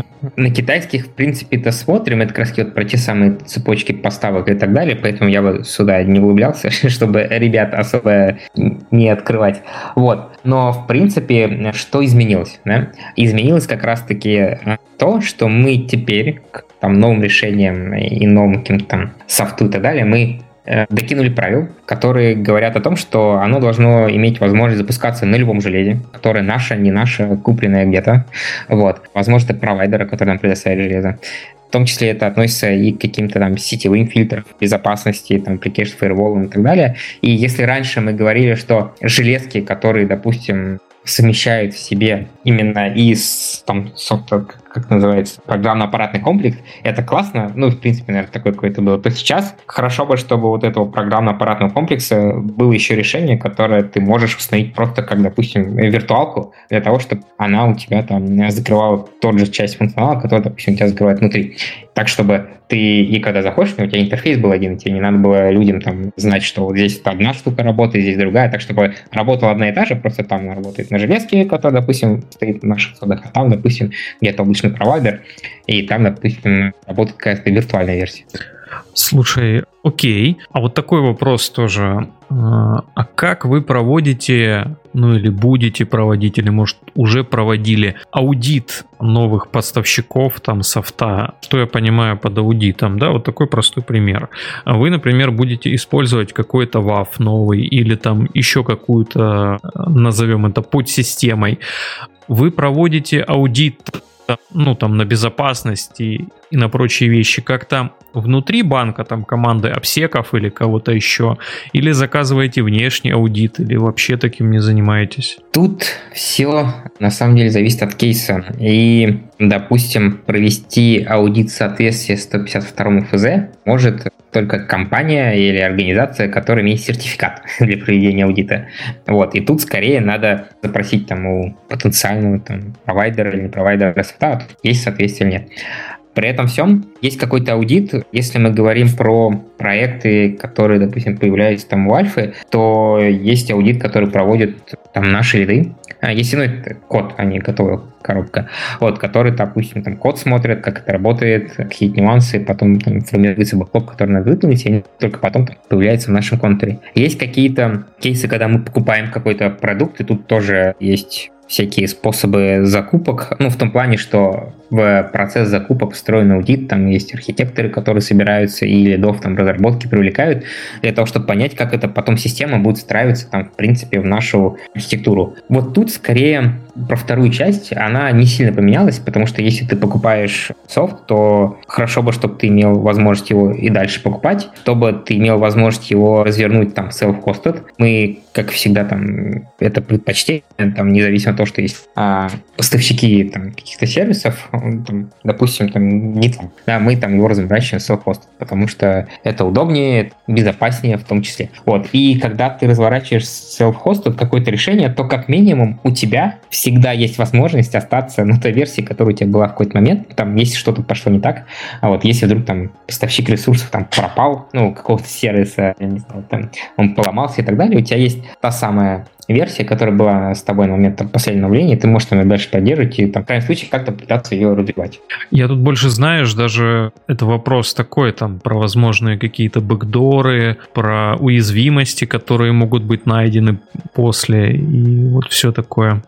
на китайских, в принципе-то смотрим, это как раз вот про те самые цепочки поставок и так далее, поэтому я бы сюда не углублялся, чтобы ребят особо не открывать. Вот. Но, в принципе, что изменилось? Да? Изменилось как раз-таки то, что мы теперь к там, новым решениям и новым каким-то там софту и так далее, мы докинули правил, которые говорят о том, что оно должно иметь возможность запускаться на любом железе, которое наше, не наше, купленное где-то. Вот. Возможно, это провайдера, который нам предоставит железо. В том числе это относится и к каким-то там сетевым фильтрам безопасности, там, application firewall и так далее. И если раньше мы говорили, что железки, которые, допустим, совмещают в себе именно из там, софта, как называется, программно-аппаратный комплекс, это классно, ну, в принципе, наверное, такое какое-то было, то сейчас хорошо бы, чтобы вот этого программно-аппаратного комплекса было еще решение, которое ты можешь установить просто как, допустим, виртуалку, для того, чтобы она у тебя там закрывала тот же часть функционала, который, допустим, у тебя закрывает внутри. Так, чтобы ты, и когда заходишь, у тебя интерфейс был один, тебе не надо было людям там знать, что вот здесь одна штука работает, здесь другая, так, чтобы работала одна и та же, просто там она работает на железке, которая, допустим, стоит в наших содах, а там, допустим, где-то облачный провайдер, и там, допустим, работает какая-то виртуальная версия. Слушай, окей. А вот такой вопрос тоже. А как вы проводите, ну или будете проводить, или может уже проводили аудит новых поставщиков там софта? Что я понимаю под аудитом, да? Вот такой простой пример. Вы, например, будете использовать какой-то WAF новый или там еще какую-то, назовем это, подсистемой. Вы проводите аудит, ну, там, на безопасность и на прочие вещи как-то внутри банка, там, команды обсеков или кого-то еще, или заказываете внешний аудит, или вообще таким не занимаетесь? Тут все на самом деле зависит от кейса. И, допустим, провести аудит соответствия 152 ФЗ может только компания или организация, которая имеет сертификат для проведения аудита. Вот. И тут скорее надо запросить там у потенциального там провайдера или не провайдера софта, есть соответствие или нет. При этом всем есть какой-то аудит. Если мы говорим про проекты, которые, допустим, появляются там у Альфы, то есть аудит, который проводят там наши лиды. Если, ну, это код, а не готовая коробка. Вот, который, допустим, там код смотрят, как это работает, какие нюансы, потом там формируется бэклог, который надо выполнить, и они только потом там появляются в нашем контуре. Есть какие-то кейсы, когда мы покупаем какой-то продукт, и тут тоже есть всякие способы закупок, ну, в том плане, что в процесс закупок встроен аудит, там есть архитекторы, которые собираются и лидов там разработки привлекают для того, чтобы понять, как это потом система будет встраиваться там, в принципе, в нашу архитектуру. Вот тут скорее про вторую часть, она не сильно поменялась, потому что если ты покупаешь софт, то хорошо бы, чтобы ты имел возможность его и дальше покупать, чтобы ты имел возможность его развернуть там self-hosted. Мы, как всегда, там это предпочтение, там, независимо от того, что есть поставщики там каких-то сервисов, там, допустим, там не там, да, мы там его разворачиваем self-hosted, потому что это удобнее, безопаснее в том числе. Вот. И когда ты разворачиваешь self-hosted какое-то решение, то как минимум у тебя всегда есть возможность остаться на той версии, которая у тебя была в какой-то момент, там, если что-то пошло не так, а вот если вдруг там поставщик ресурсов там пропал, ну, какого-то сервиса, я не знаю, там, он поломался и так далее, у тебя есть та самая версия, которая была с тобой на момент там, последнего обновления, ты можешь там ее дальше поддерживать и там, в крайнем случае как-то пытаться ее развивать. Я тут больше, знаешь, даже это вопрос такой там про возможные какие-то бэкдоры, про уязвимости, которые могут быть найдены после и вот все такое.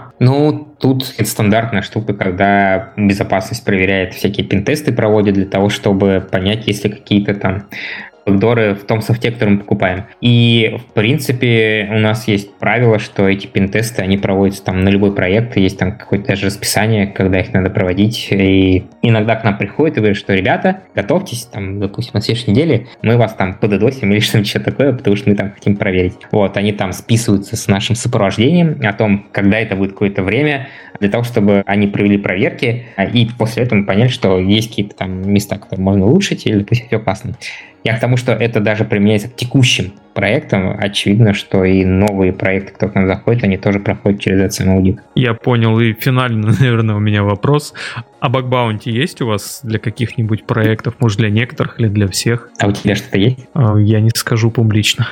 Ну, тут это стандартная штука, когда безопасность проверяет, всякие пентесты проводят для того, чтобы понять, есть ли какие-то там бэкдоры в том софте, который мы покупаем. И, в принципе, у нас есть правило, что эти пентесты, они проводятся там на любой проект, есть там какое-то даже расписание, когда их надо проводить. И иногда к нам приходят и говорят, что, ребята, готовьтесь, там, допустим, на следующей неделе мы вас там поддосим или что-то такое, потому что мы там хотим проверить. Вот, они там списываются с нашим сопровождением о том, когда это будет какое-то время, для того, чтобы они провели проверки, и после этого мы поняли, что есть какие-то там места, которые можно улучшить, или, допустим, все классно. Я к тому, что это даже применяется к текущим проектам. Очевидно, что и новые проекты, кто к нам заходит, они тоже проходят через этот самый аудит. Я понял. И финальный, наверное, у меня вопрос. А баг-баунти есть у вас для каких-нибудь проектов? Может, для некоторых или для всех? А у тебя что-то есть? Я не скажу публично.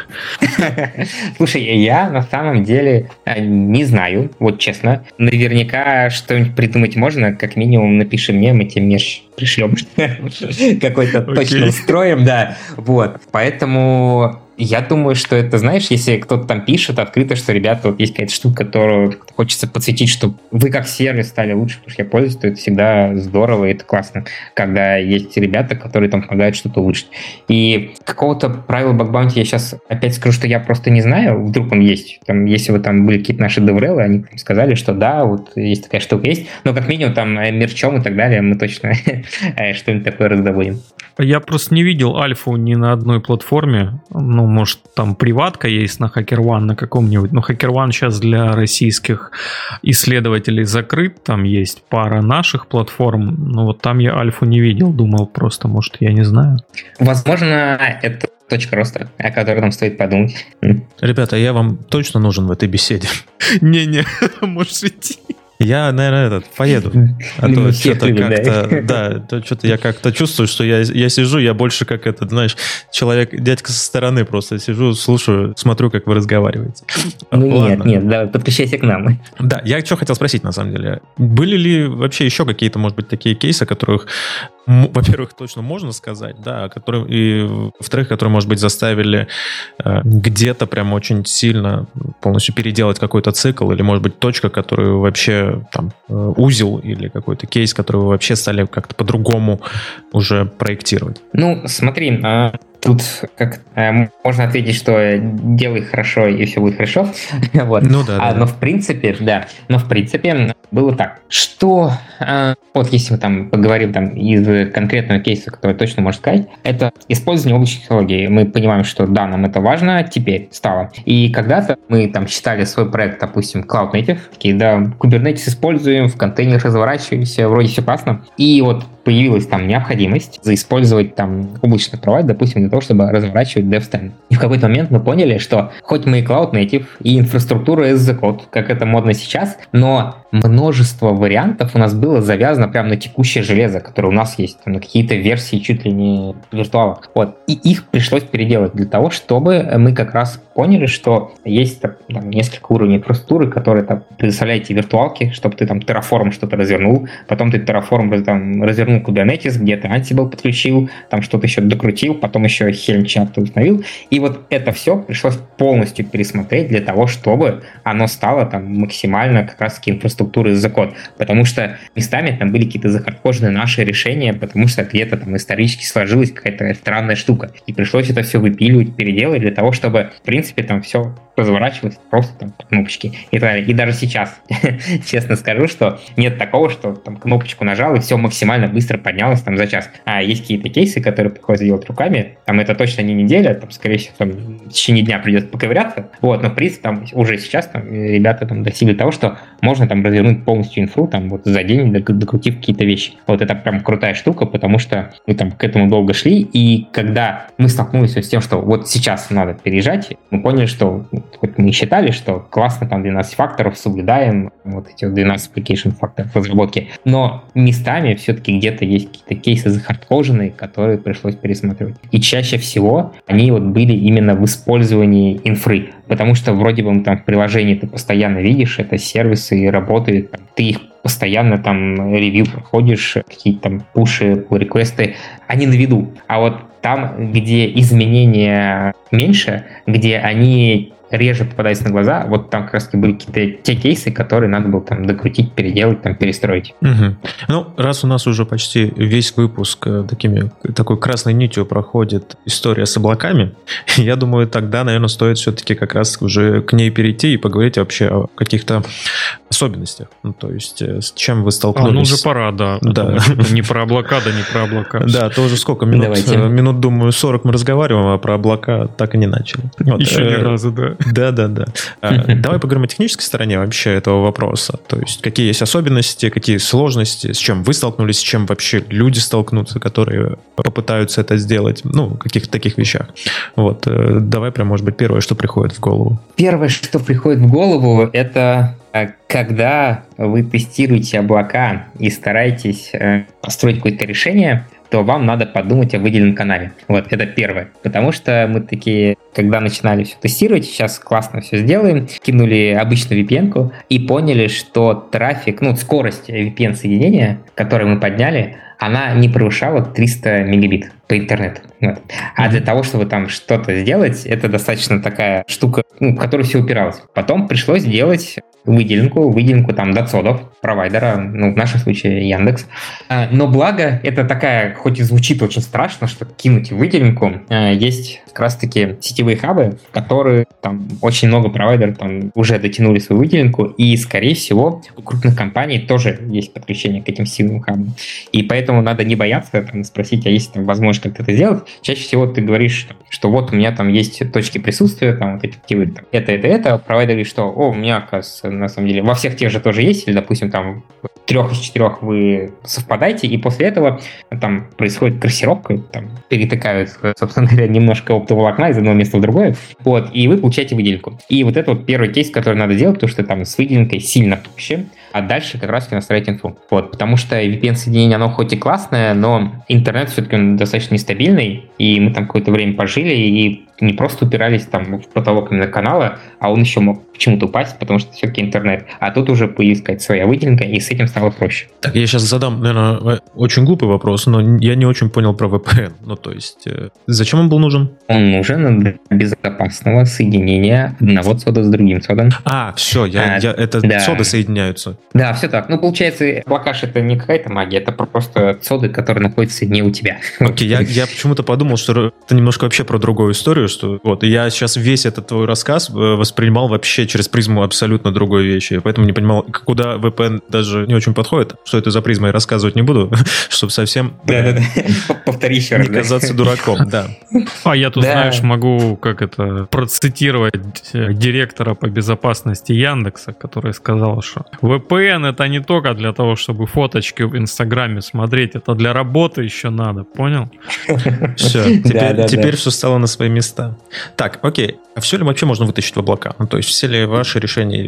Слушай, я на самом деле не знаю, вот честно. Наверняка что-нибудь придумать можно. Как минимум напиши мне, мы тебе меж пришлем. Какой-то точно устроим, да. Вот. Поэтому я думаю, что это, знаешь, если кто-то там пишет открыто, что, ребята, вот есть какая-то штука, которую хочется подсветить, что вы как сервис стали лучше, потому что я пользуюсь, то это всегда здорово, и это классно, когда есть ребята, которые там помогают что-то улучшить. И какого-то правила баг-баунти я сейчас опять скажу, что я просто не знаю, вдруг он есть. Там, если вы там были какие-то наши деврелы, они там сказали, что да, вот есть такая штука есть, но как минимум там мерчом и так далее мы точно что-нибудь такое раздобудем. Я просто не видел альфу ни на одной платформе. Ну, может, там приватка есть на HackerOne на каком-нибудь. Но HackerOne сейчас для российских исследователей закрыт. Там есть пара наших платформ. Но вот там я альфу не видел. Думал просто, может, я не знаю. Возможно, это точка роста, о которой нам стоит подумать. Ребята, я вам точно нужен в этой беседе. Не-не, можешь идти. Я, наверное, поеду. А то что-то как-то, да, то что-то я как-то чувствую, что я сижу, я больше как этот, знаешь, человек, дядька со стороны просто сижу, слушаю, смотрю, как вы разговариваете. Ну нет, да, подключайся к нам. Да, я что хотел спросить, на самом деле. Были ли вообще еще какие-то, может быть, такие кейсы, которых во-первых, точно можно сказать, да, которые, и, во-вторых, которые, может быть, заставили где-то прям очень сильно полностью переделать какой-то цикл, или, может быть, точка, которую вообще там узел или какой-то кейс, который вы вообще стали как-то по-другому уже проектировать? Ну, смотри, тут как можно ответить, что делай хорошо и все будет хорошо. Вот. Ну да. Но в принципе, было так, что вот если мы там поговорим там из конкретного кейса, который точно можно сказать, это использование облачной технологии. Мы понимаем, что да, нам это важно, теперь стало. И когда-то мы там считали свой проект, допустим, Cloud Native, такие, да, Kubernetes используем, в контейнерах разворачиваемся, вроде все классно. И вот появилась там необходимость заиспользовать там облачный провайдер, допустим, для того, чтобы разворачивать DevStand. И в какой-то момент мы поняли, что хоть мы и Cloud Native, и инфраструктура as a code, как это модно сейчас, но множество вариантов у нас было завязано прямо на текущее железо, которое у нас есть, там, на какие-то версии чуть ли не виртуала. Вот. И их пришлось переделать для того, чтобы мы как раз поняли, что есть там несколько уровней инфраструктуры, которые там предоставляете виртуалки, чтобы ты там Terraform что-то развернул, потом ты Terraform там развернул Kubernetes, где-то Ansible подключил, там что-то еще докрутил, потом еще Helm чат установил. И вот это все пришлось полностью пересмотреть для того, чтобы оно стало там максимально как раз-таки инфраструктурой as a code. Потому что местами там были какие-то захардкоженные наши решения, потому что где-то там исторически сложилась какая-то странная штука. И пришлось это все выпиливать, переделать для того, чтобы, в принципе, там все разворачивалось просто там по кнопочке и так далее. И даже сейчас, честно скажу, что нет такого, что там кнопочку нажал и все максимально быстро поднялось там за час. А есть какие-то кейсы, которые приходится делать руками, там это точно не неделя, там, скорее всего, там, в течение дня придется поковыряться, вот, но в принципе там уже сейчас там ребята там достигли того, что можно там развернуть полностью инфру там вот за день, докрутив какие-то вещи. Вот это прям крутая штука, потому что мы там к этому долго шли, и когда мы столкнулись с тем, что вот сейчас надо переезжать, мы поняли, что хоть мы считали, что классно там 12 факторов, соблюдаем вот эти 12 application факторов разработки, но местами все-таки где-то есть какие-то кейсы захардкоженные, которые пришлось пересматривать. И чаще всего они вот были именно в использовании инфры, потому что вроде бы там в приложении ты постоянно видишь, это сервисы работают, ты их постоянно там ревью проходишь, какие-то там пуши, реквесты, они на виду. А вот там, где изменения меньше, где они реже попадаются на глаза, вот там как раз были какие-то те кейсы, которые надо было там докрутить, переделать, там перестроить. Угу. Ну, раз у нас уже почти весь выпуск такой красной нитью проходит история с облаками, я думаю, тогда, наверное, стоит все-таки как раз уже к ней перейти и поговорить вообще о каких-то особенностях. Ну, то есть, с чем вы столкнулись? Ну, уже пора, да. Да. Не про облака, да не про облака. Да, то уже сколько минут, думаю, 40 мы разговариваем, а про облака так и не начали. Еще ни разу, да. Да. Давай поговорим о технической стороне вообще этого вопроса. То есть, какие есть особенности, какие сложности, с чем вы столкнулись, с чем вообще люди столкнутся, которые попытаются это сделать, ну, в каких-то таких вещах. Вот, давай прям, может быть, первое, что приходит в голову. Первое, что приходит в голову, это когда вы тестируете облака и стараетесь построить какое-то решение, то вам надо подумать о выделенном канале. Вот, это первое. Потому что мы такие, когда начинали все тестировать, сейчас классно все сделаем, кинули обычную VPN-ку и поняли, что трафик, скорость VPN-соединения, которое мы подняли, она не превышала 300 мегабит по интернету. Вот. А для того, чтобы там что-то сделать, это достаточно такая штука, в которую все упиралось. Потом пришлось делать выделенку там до цодов провайдера, в нашем случае Яндекс. Но благо, это такая, хоть и звучит очень страшно, что кинуть выделенку, есть как раз-таки сетевые хабы, которые там очень много провайдеров там уже дотянули свою выделенку, и, скорее всего, у крупных компаний тоже есть подключение к этим сетевым хабам. И поэтому надо не бояться там, спросить, а есть там возможность как-то это сделать. Чаще всего ты говоришь, что вот у меня там есть точки присутствия, там вот эти активы, там, это. Провайдер говорит, что у меня, оказывается, на самом деле, во всех тех же тоже есть, или, допустим, там 3 из 4 вы совпадаете, и после этого там происходит трассировка, там перетыкают, собственно говоря, немножко оптоволокна из одного места в другое, вот, и вы получаете выделенку. И вот это вот первый кейс, который надо делать, потому что там с выделенкой сильно проще, а дальше как раз настраивать инфу. Вот, потому что VPN-соединение, оно хоть и классное, но интернет все-таки достаточно нестабильный, и мы там какое-то время пожили, и не просто упирались там в потолок именно канала, а он еще мог почему-то упасть, потому что все-таки интернет. А тут уже появилась какая-то своя выделенка, и с этим стало проще. Так, я сейчас задам, наверное, очень глупый вопрос, но я не очень понял про VPN. Ну, то есть, зачем он был нужен? Он нужен для безопасного соединения одного цода с другим цодом. Все, цоды соединяются. Да, все так. Ну, получается, облакаш — это не какая-то магия, это просто цоды, которые находятся не у тебя. Окей, я почему-то подумал, что это немножко вообще про другую историю, что вот я сейчас весь этот твой рассказ воспринимал вообще через призму абсолютно другой вещи, поэтому не понимал, куда VPN даже не очень подходит, что это за призма, я рассказывать не буду, чтобы совсем повтори еще раз, не казаться дураком, да. А я тут, знаешь, могу процитировать директора по безопасности Яндекса, который сказал, что VPN это не только для того, чтобы фоточки в Инстаграме смотреть, это для работы еще надо, понял? Все, теперь все стало на свои места. Так, окей, а все ли вообще можно вытащить в облака? Ну, то есть все ли ваши решения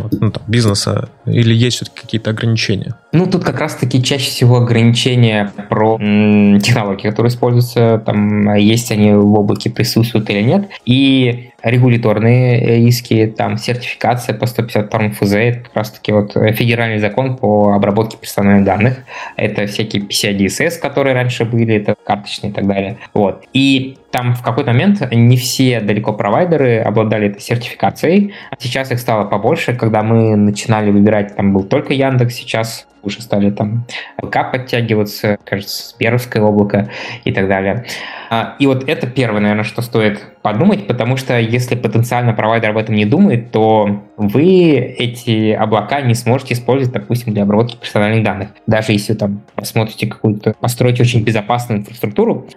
бизнеса, или есть все-таки какие-то ограничения? Ну, тут как раз-таки чаще всего ограничения про технологии, которые используются, там, есть они в облаке присутствуют или нет, и регуляторные риски, там, сертификация по 152 ФЗ, это как раз-таки вот федеральный закон по обработке персональных данных, это всякие PCI DSS, которые раньше были, это карточные и так далее, вот. И там в какой-то момент не все далеко провайдеры обладали этой сертификацией, а сейчас их стало побольше, когда мы начинали выбирать, там был только Яндекс, сейчас уже стали там ВК подтягиваться, кажется, Сберовское облако и так далее. И вот это первое, наверное, что стоит подумать, потому что если потенциально провайдер об этом не думает, то вы эти облака не сможете использовать, допустим, для обработки персональных данных. Даже если там посмотрите построить очень безопасную инфраструктуру,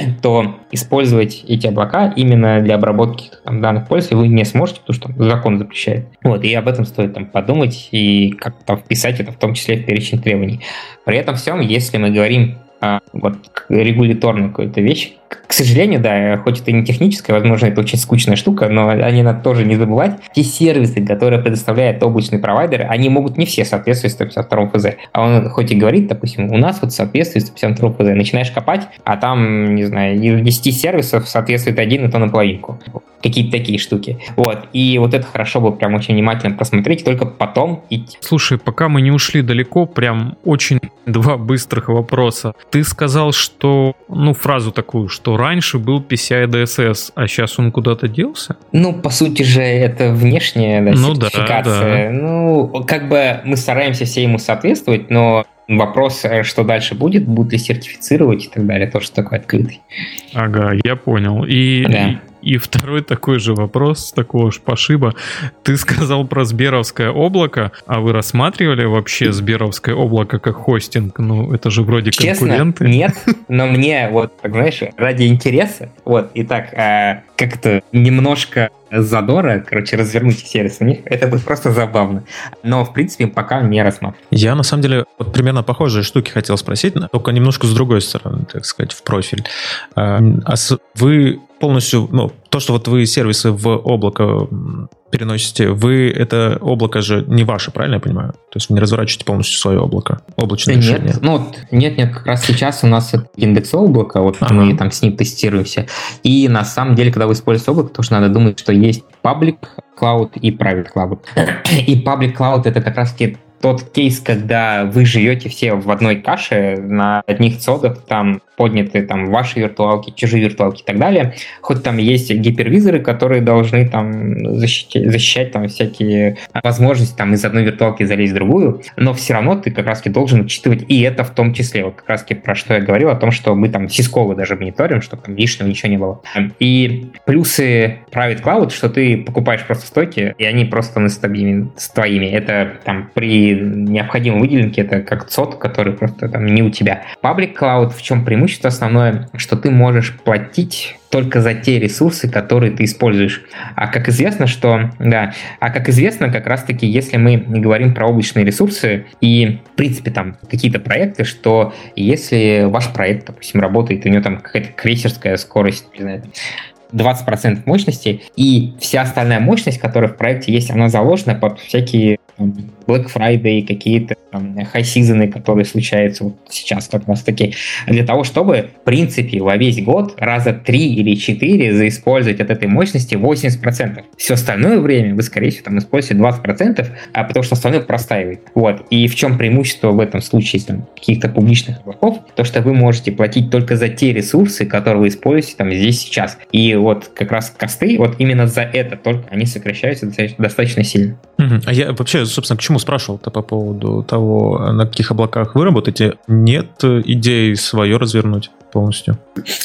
то использовать эти облака именно для обработки там данных пользователей вы не сможете, потому что закон запрещает. Вот, и об этом стоит там подумать и как-то вписать это в том числе в перечень требований. При этом всем, если мы говорим регуляторную какую-то вещь. К сожалению, да, хоть это и не техническая, возможно, это очень скучная штука, но они надо тоже не забывать. Те сервисы, которые предоставляет облачный провайдер, они могут не все соответствовать 152 ФЗ. А он хоть и говорит, допустим, у нас вот соответствует 152 ФЗ. Начинаешь копать, а там, не знаю, из 10 сервисов соответствует один, и то наполовинку. Какие-то такие штуки. Вот. И вот это хорошо бы прям очень внимательно просмотреть, только потом идти. Слушай, пока мы не ушли далеко, прям очень два быстрых вопроса. Ты сказал, что, фразу такую, что раньше был PCI DSS, а сейчас он куда-то делся? По сути же, это внешняя сертификация. Да. Мы стараемся все ему соответствовать, но вопрос, что дальше будет, будут ли сертифицировать и так далее, тоже такой открытый. Ага, я понял. И второй такой же вопрос, такого же пошиба. Ты сказал про Сберовское облако, а вы рассматривали вообще Сберовское облако как хостинг? Это же вроде конкуренты. Честно, нет, но мне ради интереса, и так, как-то немножко задора, развернуть сервис у них, это будет просто забавно. Но, в принципе, пока не рассматриваю. Я, на самом деле, примерно похожие штуки хотел спросить, только немножко с другой стороны, так сказать, в профиль. Вы полностью, то, что вы сервисы в облако переносите, вы это облако же не ваше, правильно я понимаю? То есть вы не разворачиваете полностью свое облако, облачное решение? Нет, как раз сейчас у нас это индекс-облако, мы там с ним тестируемся. И на самом деле, когда вы используете облако, то нужно надо думать, что есть public cloud и private cloud. И public cloud — это как раз-таки тот кейс, когда вы живете все в одной каше, на одних цодах, там подняты ваши виртуалки, чужие виртуалки и так далее. Хоть там есть гипервизоры, которые должны там защищать там всякие возможности из одной виртуалки залезть в другую, но все равно ты как раз-таки должен учитывать и это в том числе. Как раз-таки про что я говорил, о том, что мы там сисково даже мониторим, чтобы там лишнего ничего не было. И плюсы private cloud, что ты покупаешь просто стойки, и они просто с твоими. Это там при необходимой выделенке, это как цод, который просто там не у тебя. Public cloud, в чем преимущество основное, что ты можешь платить только за те ресурсы, которые ты используешь. Как известно, как раз-таки, если мы говорим про облачные ресурсы и, в принципе, там какие-то проекты, что если ваш проект, допустим, работает, у него там какая-то крейсерская скорость, не знаю, 20% мощности, и вся остальная мощность, которая в проекте есть, она заложена под всякие Black Friday, какие-то high-сезоны, которые случаются вот сейчас как раз таки, для того, чтобы, в принципе, во весь год раза 3 или 4 заиспользовать от этой мощности 80%. Все остальное время вы, скорее всего, там используете 20%, потому что остальное простаивает. Вот. И в чем преимущество в этом случае каких-то публичных облаков? То, что вы можете платить только за те ресурсы, которые вы используете там здесь сейчас. И вот как раз косты, вот именно за это только они сокращаются достаточно сильно. А я вообще, собственно, к чему спрашивал-то по поводу того, на каких облаках вы работаете? Нет идеи свое развернуть полностью?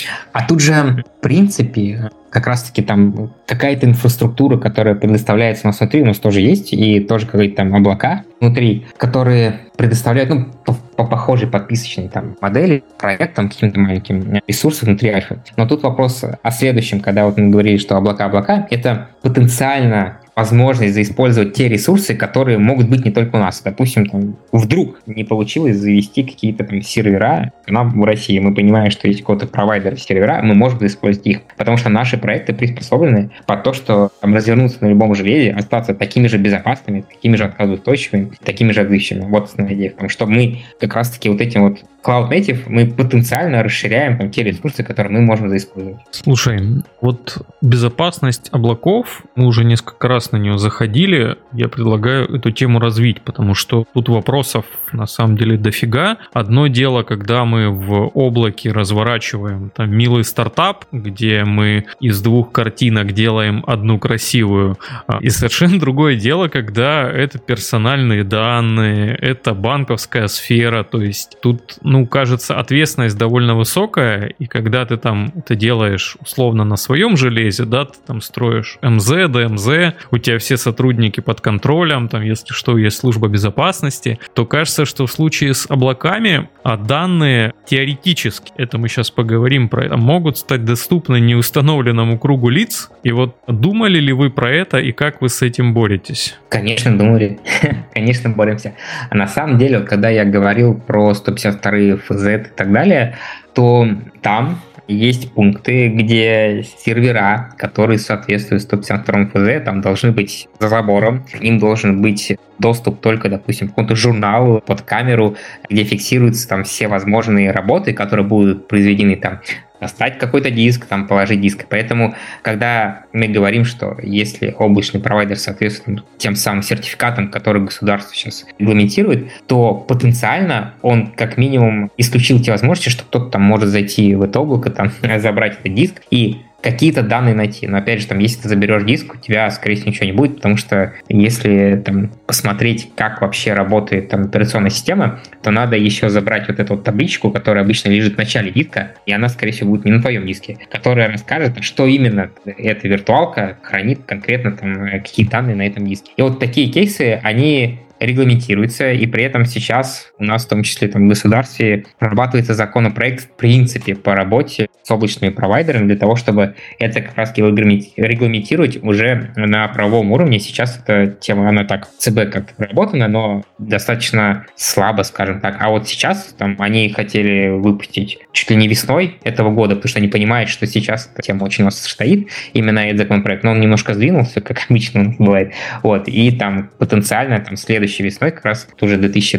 А тут же, в принципе, как раз-таки там какая-то инфраструктура, которая предоставляется у нас внутри, у нас тоже есть, и тоже какие-то там облака внутри, которые предоставляют, по похожей подписочной там модели, проектам, каким-то маленьким ресурсам внутри Альфа. Но тут вопрос о следующем, когда вот мы говорили, что облака, это потенциально возможность заиспользовать те ресурсы, которые могут быть не только у нас. Допустим, там, вдруг не получилось завести какие-то там сервера к нам в России. Мы понимаем, что есть какой-то провайдер сервера, мы можем использовать их, потому что наши проекты приспособлены под то, что там, развернуться на любом железе, остаться такими же безопасными, такими же отказоустойчивыми, такими же отзывчивыми. Вот основная идея в том, что мы как раз-таки вот этим вот Cloud Native мы потенциально расширяем там те ресурсы, которые мы можем заиспользовать. Слушай, вот безопасность облаков, мы уже несколько раз на нее заходили, я предлагаю эту тему развить, потому что тут вопросов на самом деле дофига. Одно дело, когда мы в облаке разворачиваем там милый стартап, где мы из 2 картинок делаем одну красивую, и совершенно другое дело, когда это персональные данные, это банковская сфера, то есть тут, кажется, ответственность довольно высокая, и когда ты там это делаешь условно на своем железе, да, ты там строишь МЗ, ДМЗ, у тебя все сотрудники под контролем, там, если что, есть служба безопасности, то кажется, что в случае с облаками данные теоретически, это мы сейчас поговорим про это, могут стать доступны неустановленному кругу лиц, и вот думали ли вы про это, и как вы с этим боретесь? Конечно, думали. Конечно, боремся. А на самом деле, вот, когда я говорил про 152 ФЗ и так далее, то там есть пункты, где сервера, которые соответствуют 152 ФЗ, там должны быть за забором, к ним должен быть доступ только, допустим, к какому-то журналу под камеру, где фиксируются там все возможные работы, которые будут произведены там, достать какой-то диск, там положить диск. Поэтому, когда мы говорим, что если облачный провайдер соответствует тем самым сертификатам, которые государство сейчас регламентирует, то потенциально он как минимум исключил те возможности, что кто-то там может зайти в это облако, там, забрать этот диск и какие-то данные найти. Но опять же, там, если ты заберешь диск, у тебя, скорее всего, ничего не будет, потому что если там посмотреть, как вообще работает там операционная система, то надо еще забрать вот эту вот табличку, которая обычно лежит в начале диска, и она, скорее всего, будет не на твоем диске, которая расскажет, что именно эта виртуалка хранит конкретно там какие данные на этом диске. И вот такие кейсы, они регламентируется, и при этом сейчас у нас, в том числе там, в государстве, прорабатывается законопроект в принципе по работе с облачными провайдерами для того, чтобы это как раз регламентировать уже на правовом уровне. Сейчас эта тема, она так в ЦБ как-то проработана, но достаточно слабо, скажем так. А вот сейчас там они хотели выпустить чуть ли не весной этого года, потому что они понимают, что сейчас эта тема очень у нас стоит, именно этот законопроект, но он немножко сдвинулся, как обычно он бывает. Вот, и там потенциально там следующей весной, как раз уже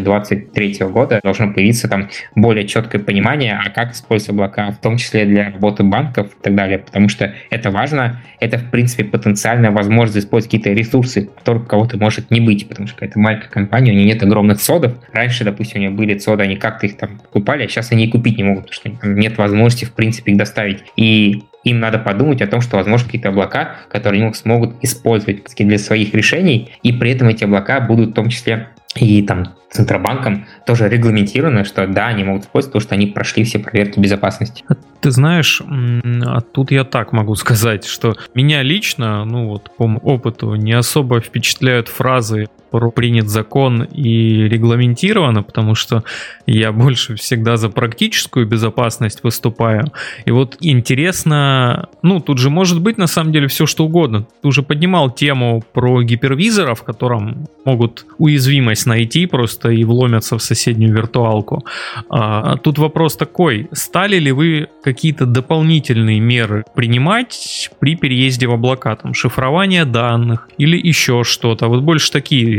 2023 года, должно появиться там более четкое понимание, а как использовать облака, в том числе для работы банков и так далее, потому что это важно, это, в принципе, потенциальная возможность использовать какие-то ресурсы, которых у кого-то может не быть, потому что какая-то маленькая компания, у нее нет огромных цодов. Раньше, допустим, у нее были цоды, они как-то их там покупали, а сейчас они и купить не могут, потому что нет возможности, в принципе, их доставить. И им надо подумать о том, что, возможно, какие-то облака, которые они смогут использовать для своих решений, и при этом эти облака будут в том числе и там Центробанком тоже регламентировано, что да, они могут использовать, потому что они прошли все проверки безопасности. Ты знаешь, а тут я так могу сказать, что меня лично, по опыту, не особо впечатляют фразы про принят закон и регламентировано, потому что я больше всегда за практическую безопасность выступаю. И вот интересно, тут же может быть на самом деле все что угодно. Ты уже поднимал тему про гипервизора, в котором могут уязвимость найти просто и вломятся в соседнюю виртуалку. Тут вопрос такой, стали ли вы какие-то дополнительные меры принимать при переезде в облака, там, шифрование данных или еще что-то? Вот больше такие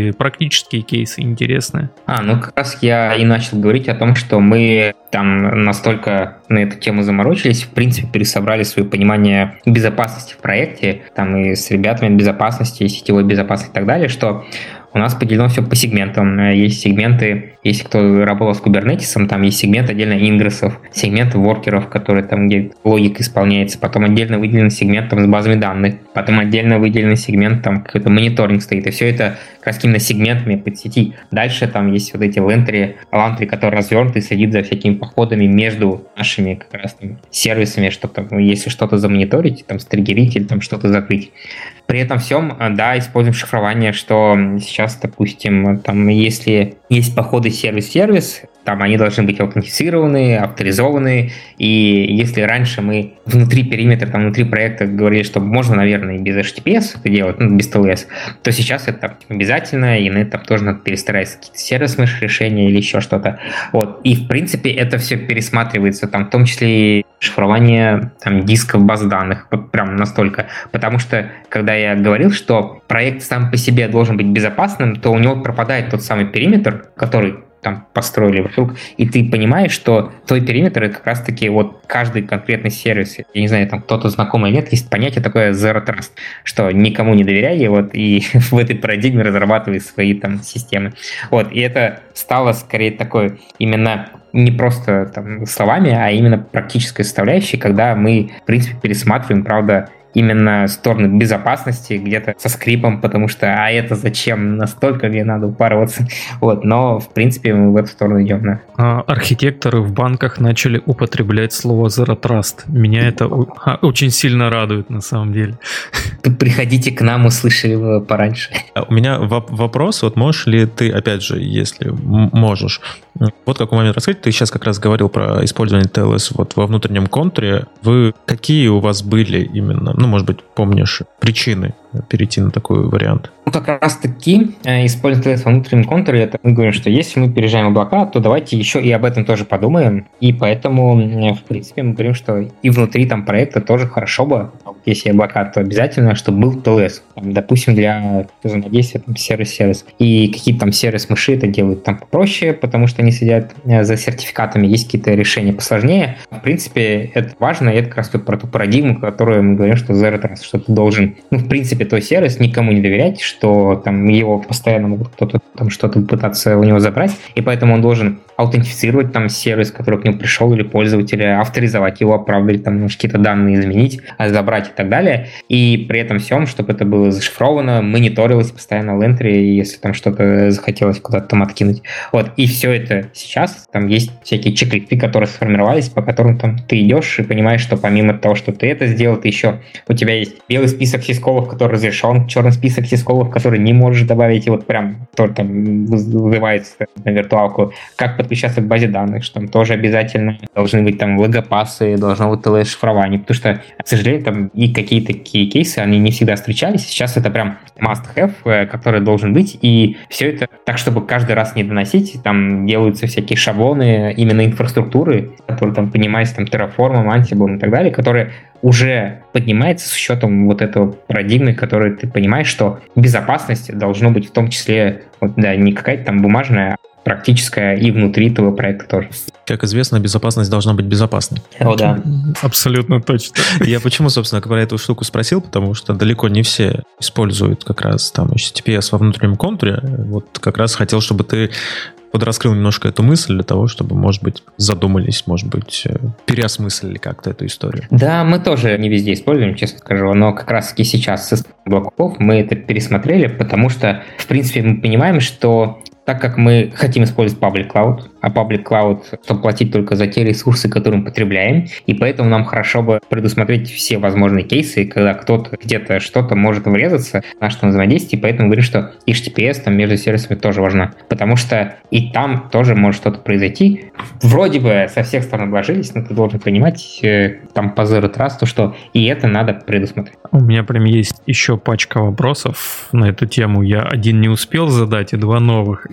или практические кейсы интересные? Ну как раз я и начал говорить о том, что мы там настолько на эту тему заморочились, в принципе, пересобрали свое понимание безопасности в проекте, там и с ребятами безопасности, и сетевой безопасности и так далее, что у нас поделено все по сегментам. Есть сегменты, если кто работал с Kubernetes, там есть сегмент отдельно ингрессов, сегмент воркеров, которые там, где логика исполняется, потом отдельно выделен сегмент там с базами данных, потом отдельно выделенный сегмент, там какой-то мониторинг стоит, и все это как раз именно сегментами под сети. Дальше там есть вот эти лантри, которые развернуты и следят за всякими походами между нашими как раз там сервисами, чтобы там, если что-то замониторить, там стригерить или там что-то закрыть. При этом всем, да, используем шифрование, что сейчас, допустим, там, если есть походы сервис-сервис, там они должны быть аутентифицированы, авторизованы, и если раньше мы внутри периметра, там, внутри проекта говорили, что можно, наверное, и без HTTPS это делать, без TLS, то сейчас это обязательно, и на этом тоже надо перестраивать какие-то сервис-меш решения или еще что-то. Вот. И, в принципе, это все пересматривается, там, в том числе и шифрование там, дисков баз данных, вот прям настолько. Потому что, когда я говорил, что проект сам по себе должен быть безопасным, то у него пропадает тот самый периметр, который там построили вокруг, и ты понимаешь, что твой периметр — это как раз-таки вот каждый конкретный сервис. Я не знаю, там кто-то знакомый или нет, есть понятие такое Zero Trust, что никому не доверяй, вот, и в этой парадигме разрабатывай свои там системы. Вот, и это стало скорее такой именно не просто там словами, а именно практической составляющей, когда мы, в принципе, пересматриваем, правда, именно сторону безопасности где-то со скрипом, потому что а это зачем, настолько мне надо упарываться. Вот, но в принципе мы в эту сторону идем. Да. Архитекторы в банках начали употреблять слово Zero Trust. Меня это очень сильно радует на самом деле. Приходите к нам, услышали его пораньше. У меня вопрос, вот можешь ли ты, опять же, если можешь, вот какой момент рассказать, ты сейчас как раз говорил про использование TLS вот во внутреннем контуре. Какие у вас были именно, может быть, помнишь, причины перейти на такой вариант? Как раз таки, используя TLS во внутреннем контуре, это мы говорим, что если мы переезжаем в облака, то давайте еще и об этом тоже подумаем. И поэтому, в принципе, мы говорим, что и внутри там проекта тоже хорошо бы, если облака, то обязательно, чтобы был TLS. Там, допустим, для взаимодействия там, сервис-сервис. И какие-то там сервис-мыши это делают там попроще, потому что они следят за сертификатами. Есть какие-то решения посложнее. В принципе, это важно, и это как раз про ту парадигму, которую мы говорим, что Zero Trust, что ты должен, в принципе, твой сервис никому не доверять, что там его постоянно могут кто-то там что-то пытаться у него забрать, и поэтому он должен аутентифицировать там сервис, который к нему пришел, или пользователя, авторизовать его, правда, или там какие-то данные изменить, забрать и так далее. И при этом всем, чтобы это было зашифровано, мониторилось постоянно в лентре, если там что-то захотелось куда-то там откинуть. Вот. И все это сейчас, там есть всякие чек-листы, которые сформировались, по которым там ты идешь и понимаешь, что помимо того, что ты это сделал, ты еще у тебя есть белый список сисколов, который разрешен, черный список сисколов, который не можешь добавить, и вот прям который там вызывается на виртуалку, как подключаться к базе данных, что там тоже обязательно должны быть там логопасы, должно быть TLS-шифрование, потому что, к сожалению, там и какие-то такие кейсы, они не всегда встречались. Сейчас это прям must-have, который должен быть, и все это так, чтобы каждый раз не доносить, там делаются всякие шаблоны именно инфраструктуры, которые там понимаются там Terraform, Ansible и так далее, которые уже поднимается с учетом вот этого парадигмы, которой ты понимаешь, что безопасность должно быть в том числе, вот, да, не какая-то там бумажная, а практическая и внутри этого проекта тоже. Как известно, безопасность должна быть безопасной. О, да. Абсолютно точно. Я почему, собственно, про эту штуку спросил, потому что далеко не все используют как раз там HTTPS во внутреннем контуре. Вот как раз хотел, чтобы ты подраскрыл немножко эту мысль для того, чтобы, может быть, задумались, может быть, переосмыслили как-то эту историю. Да, мы тоже не везде используем, честно скажу, но как раз-таки сейчас с облаков мы это пересмотрели, потому что, в принципе, мы понимаем, что так как мы хотим использовать Public Cloud, а Public Cloud, чтобы платить только за те ресурсы, которые мы потребляем, и поэтому нам хорошо бы предусмотреть все возможные кейсы, когда кто-то где-то что-то может врезаться в наше взаимодействие, поэтому говорю, что HTTPS там между сервисами тоже важна, потому что и там тоже может что-то произойти. Вроде бы со всех сторон вложились, но ты должен понимать там по Zero Trust, что и это надо предусмотреть. У меня прям есть еще пачка вопросов на эту тему. Я один не успел задать, и два новых.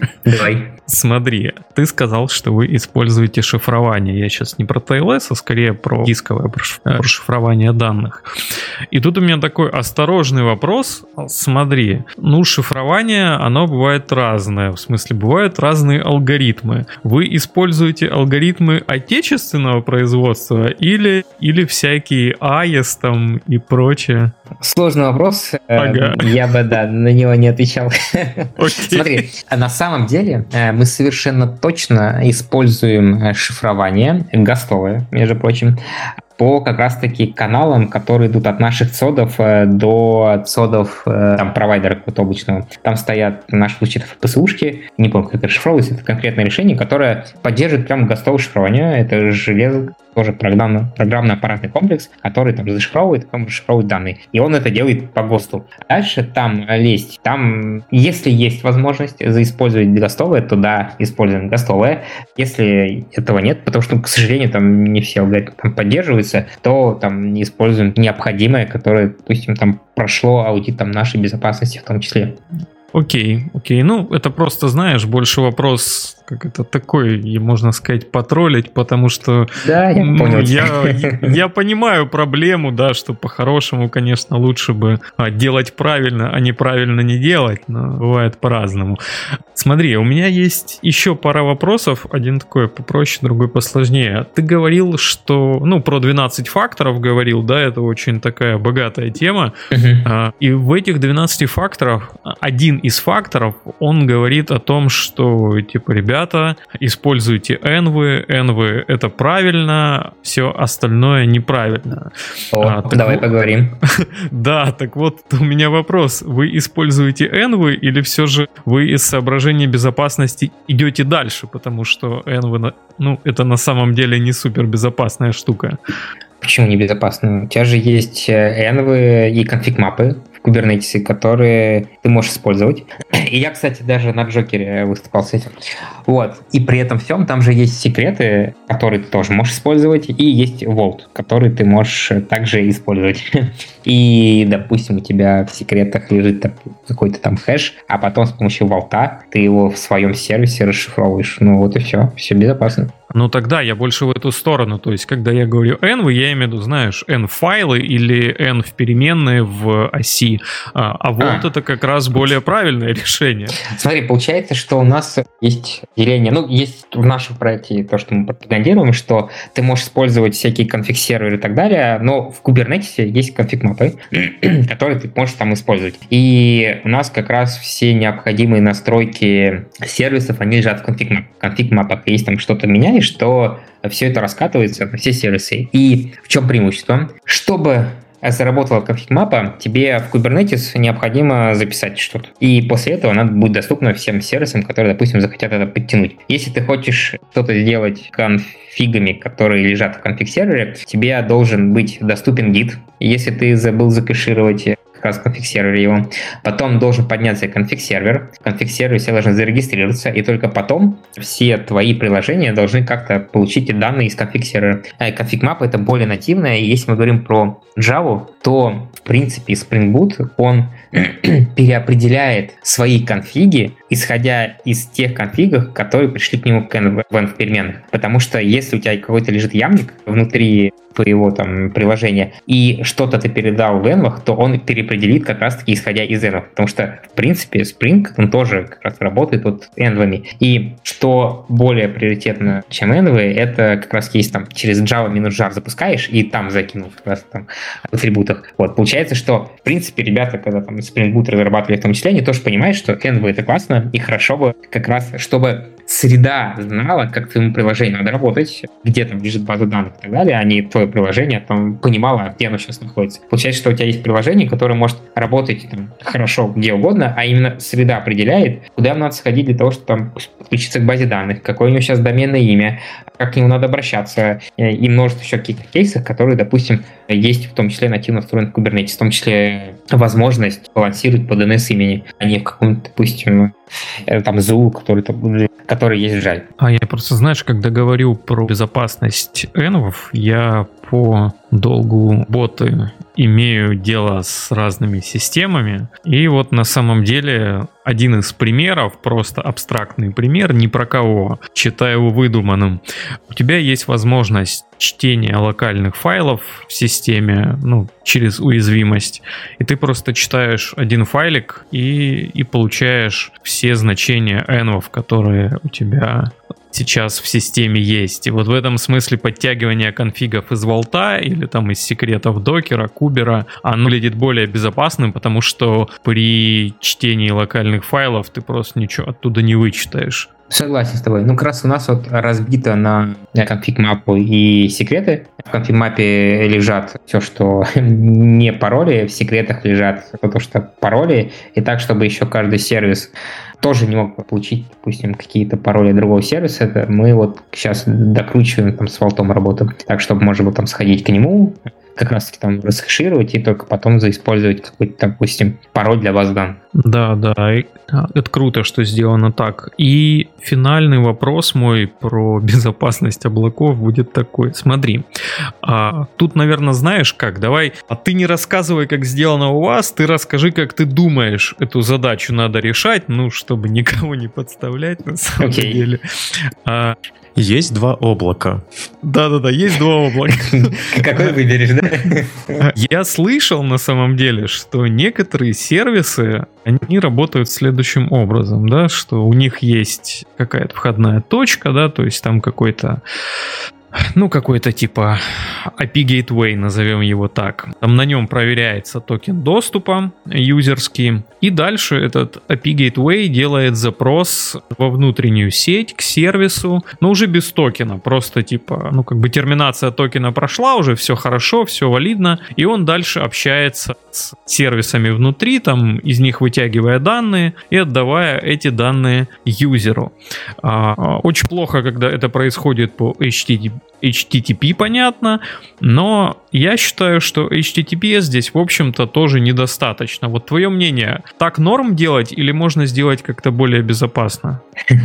Давай. Смотри, ты сказал, что вы используете шифрование. Я сейчас не про TLS, а скорее про дисковое про шифрование данных. И тут у меня такой осторожный вопрос. Смотри, шифрование, оно бывает разное. В смысле, бывают разные алгоритмы. Вы используете алгоритмы отечественного производства или всякие AES там и прочее? Сложный вопрос. Ага. Я бы, на него не отвечал. Окей. Смотри, на самом деле мы совершенно точно используем шифрование, гостовое, между прочим, по как раз-таки каналам, которые идут от наших цодов до цодов там, провайдера какого-то облачного. Там стоят в нашем случае ФПСУшки, не помню, как это расшифровывается, это конкретное решение, которое поддерживает прям гостовое шифрование. Это железо, тоже программно-аппаратный комплекс, который там зашифровывает, потом расшифровывает данные. И он это делает по ГОСТу. Дальше там лезть. Там, если есть возможность заиспользовать гостовое, то да, используем гостовое. Если этого нет, потому что, к сожалению, там не все алгоритмы там поддерживаются, то там не используем необходимое, которое, допустим, там прошло аудит там, нашей безопасности в том числе. Окей. Это просто, знаешь, больше вопрос, как это такой, можно сказать, потроллить, потому что да, я понял. Я понимаю проблему, да, что по-хорошему, конечно, лучше бы делать правильно, а неправильно не делать, но бывает по-разному. Смотри, у меня есть еще пара вопросов, один такой попроще, другой посложнее. Ты говорил, что, про 12 факторов говорил, да, это очень такая богатая тема, и в этих 12 факторах один из факторов, он говорит о том, что, ребята, используйте энвы это правильно, все остальное неправильно. Давай поговорим. Да, так вот, у меня вопрос. Вы используете энвы или все же вы из соображений безопасности идете дальше, потому что энвы, это на самом деле не супер безопасная штука. Почему не безопасно? У тебя же есть энвы и конфиг-мапы в Kubernetes, которые ты можешь использовать. И я, кстати, даже на Джокере выступал с этим. И при этом всем там же есть секреты, которые ты тоже можешь использовать, и есть Vault, который ты можешь также использовать. И, допустим, у тебя в секретах лежит какой-то там хэш, а потом с помощью Vault ты его в своем сервисе расшифровываешь. Вот и все. Все безопасно. Тогда я больше в эту сторону. То есть, когда я говорю env, я имею в виду, знаешь, n-файлы или n в переменные в оси. А вот это как раз более правильное решение. Смотри, получается, что у нас есть деление. Есть в нашем проекте то, что мы пропагандируем, что ты можешь использовать всякие конфиг-серверы и так далее, но в Kubernetes есть конфиг-мапы, которые ты можешь там использовать. И у нас как раз все необходимые настройки сервисов, они лежат в конфиг-мапах. Если там что-то меняешь, то все это раскатывается на все сервисы. И в чем преимущество? Чтобы заработала конфиг-мапа, тебе в Kubernetes необходимо записать что-то. И после этого она будет доступна всем сервисам, которые, допустим, захотят это подтянуть. Если ты хочешь что-то сделать конфигами, которые лежат в конфиг-сервере, тебе должен быть доступен гид. Если ты забыл закэшировать как раз в конфиг-сервере его. Потом должен подняться конфиг-сервер. В конфиг-сервере все должны зарегистрироваться, и только потом все твои приложения должны как-то получить данные из конфиг-сервера. Конфиг-мапа — это более нативная, и если мы говорим про Java, то, в принципе, Spring Boot, он переопределяет свои конфиги, исходя из тех конфигов, которые пришли к нему в переменных. Потому что если у тебя какой-то лежит ямник внутри твоего там приложения, и что-то ты передал в env, то он переопределит как раз-таки исходя из env. Потому что, в принципе, Spring, он тоже как раз работает env-ами. И что более приоритетно, чем env, это как раз есть там через Java-jar запускаешь, и там закинул как раз там в атрибутах. Получается, что, в принципе, ребята, когда там Spring Boot разрабатывали в том числе, они тоже понимают, что env это классно, и хорошо бы как раз, чтобы среда знала, как твоему приложению надо работать, где там лежит база данных и так далее, а не твое приложение там понимало, где оно сейчас находится. Получается, что у тебя есть приложение, которое может работать там хорошо где угодно, а именно среда определяет, куда надо сходить для того, чтобы там подключиться к базе данных, какое у него сейчас доменное имя, как к нему надо обращаться, и множество еще каких-то кейсов, которые, допустим, есть в том числе нативно встроен в Kubernetes, в том числе возможность балансировать по DNS имени, а не в каком-то, допустим, там ZOO, который есть в Java. А я просто, знаешь, когда говорю про безопасность энвов, я по долгу боты имеют дело с разными системами. И вот на самом деле один из примеров, просто абстрактный пример, ни про кого, считаю его выдуманным. У тебя есть возможность чтения локальных файлов в системе, через уязвимость, и ты просто читаешь один файлик и получаешь все значения env, которые у тебя сейчас в системе есть. И вот в этом смысле подтягивание конфигов из Vault или там из секретов докера, кубера, оно выглядит более безопасным, потому что при чтении локальных файлов ты просто ничего оттуда не вычитаешь. Согласен с тобой. Как раз у нас вот разбито на конфиг-мапу и секреты. В конфиг-мапе лежат все, что не пароли, в секретах лежат то, что пароли. И так, чтобы еще каждый сервис тоже не мог получить, допустим, какие-то пароли другого сервиса. Это мы вот сейчас докручиваем, там с Vault работаем. Так, чтобы можно было там сходить к нему, как раз таки там расхэшировать и только потом заиспользовать какой-то, допустим, пароль для баз данных. Да, это круто, что сделано так. И финальный вопрос мой про безопасность облаков будет такой. Смотри, тут, наверное, знаешь как, давай, ты не рассказывай, как сделано у вас, ты расскажи, как ты думаешь, эту задачу надо решать, чтобы никого не подставлять на самом деле. Есть два облака. Да, есть два облака. Какой выберешь, да? Я слышал на самом деле, что некоторые сервисы, они работают следующим образом, да, что у них есть какая-то входная точка, да, то есть там какой-то типа API Gateway, назовем его так. Там на нем проверяется токен доступа юзерский, и дальше этот API Gateway делает запрос во внутреннюю сеть к сервису, но уже без токена, просто типа, терминация токена прошла, уже все хорошо, все валидно, и он дальше общается с сервисами внутри, там из них вытягивая данные и отдавая эти данные юзеру. Очень плохо, когда это происходит по HTTP, понятно, но я считаю, что HTTPS здесь, в общем-то, тоже недостаточно. Вот твое мнение, так норм делать или можно сделать как-то более безопасно?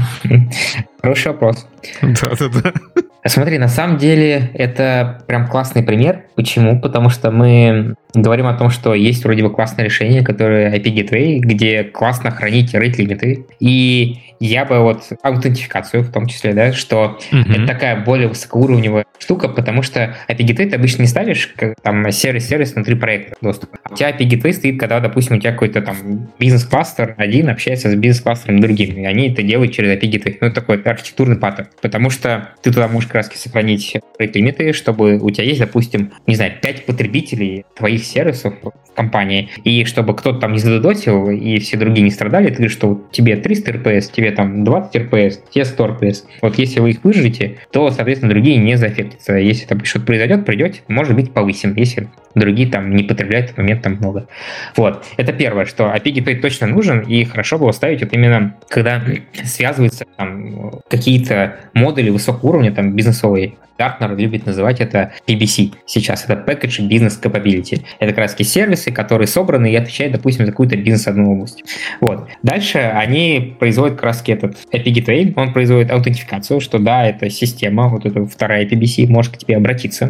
Хороший вопрос. Да. Смотри, на самом деле это прям классный пример. Почему? Потому что мы говорим о том, что есть вроде бы классное решение, которое API Gateway, где классно хранить рейт-лимиты. И я бы аутентификацию в том числе, да, что это такая более высокоуровневая штука, потому что API Gateway ты обычно не ставишь, как там сервис внутри проекта доступа. У тебя API Gateway стоит, когда, допустим, у тебя какой-то там бизнес-кластер один общается с бизнес-кластером другим, и они это делают через API Gateway. Это такой архитектурный паттерн, потому что ты туда можешь как раз сохранить рейт-лимиты, чтобы у тебя есть, допустим, 5 потребителей твоих сервисов в компании, и чтобы кто-то там не задодотил, и все другие не страдали, ты говоришь, что тебе 300 РПС, тебе там 20 РПС, тебе 100 РПС. Вот если вы их выжжете, то, соответственно, другие не заэффектятся. Если там что-то произойдет, придете, может быть, повысим, если другие там не потребляют в этот момент там много. Вот. Это первое, что API Gateway точно нужен, и хорошо было ставить именно, когда связываются там какие-то модули высокого уровня, там бизнесовые. Gartner любит называть это PBC сейчас. Это Package Business Capability. Это как раз сервисы, которые собраны и отвечают, допустим, за какую-то бизнес-одну область. Вот. Дальше они производят как раз этот API Gateway, он производит аутентификацию, что да, это система, вот эта вторая PBC может к тебе обратиться.